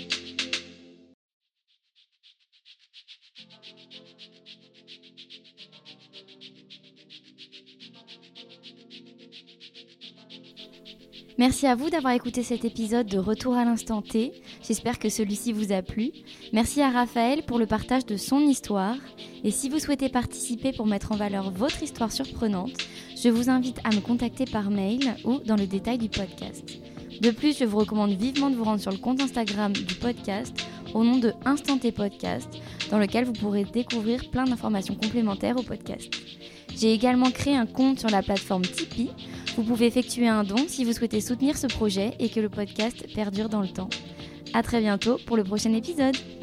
Merci à vous d'avoir écouté cet épisode de Retour à l'instant T. J'espère que celui-ci vous a plu. Merci à Raphaël pour le partage de son histoire. Et si vous souhaitez participer pour mettre en valeur votre histoire surprenante, je vous invite à me contacter par mail ou dans le détail du podcast. De plus, je vous recommande vivement de vous rendre sur le compte Instagram du podcast au nom de Instant T Podcast, dans lequel vous pourrez découvrir plein d'informations complémentaires au podcast. J'ai également créé un compte sur la plateforme Tipeee. Vous pouvez effectuer un don si vous souhaitez soutenir ce projet et que le podcast perdure dans le temps. À très bientôt pour le prochain épisode.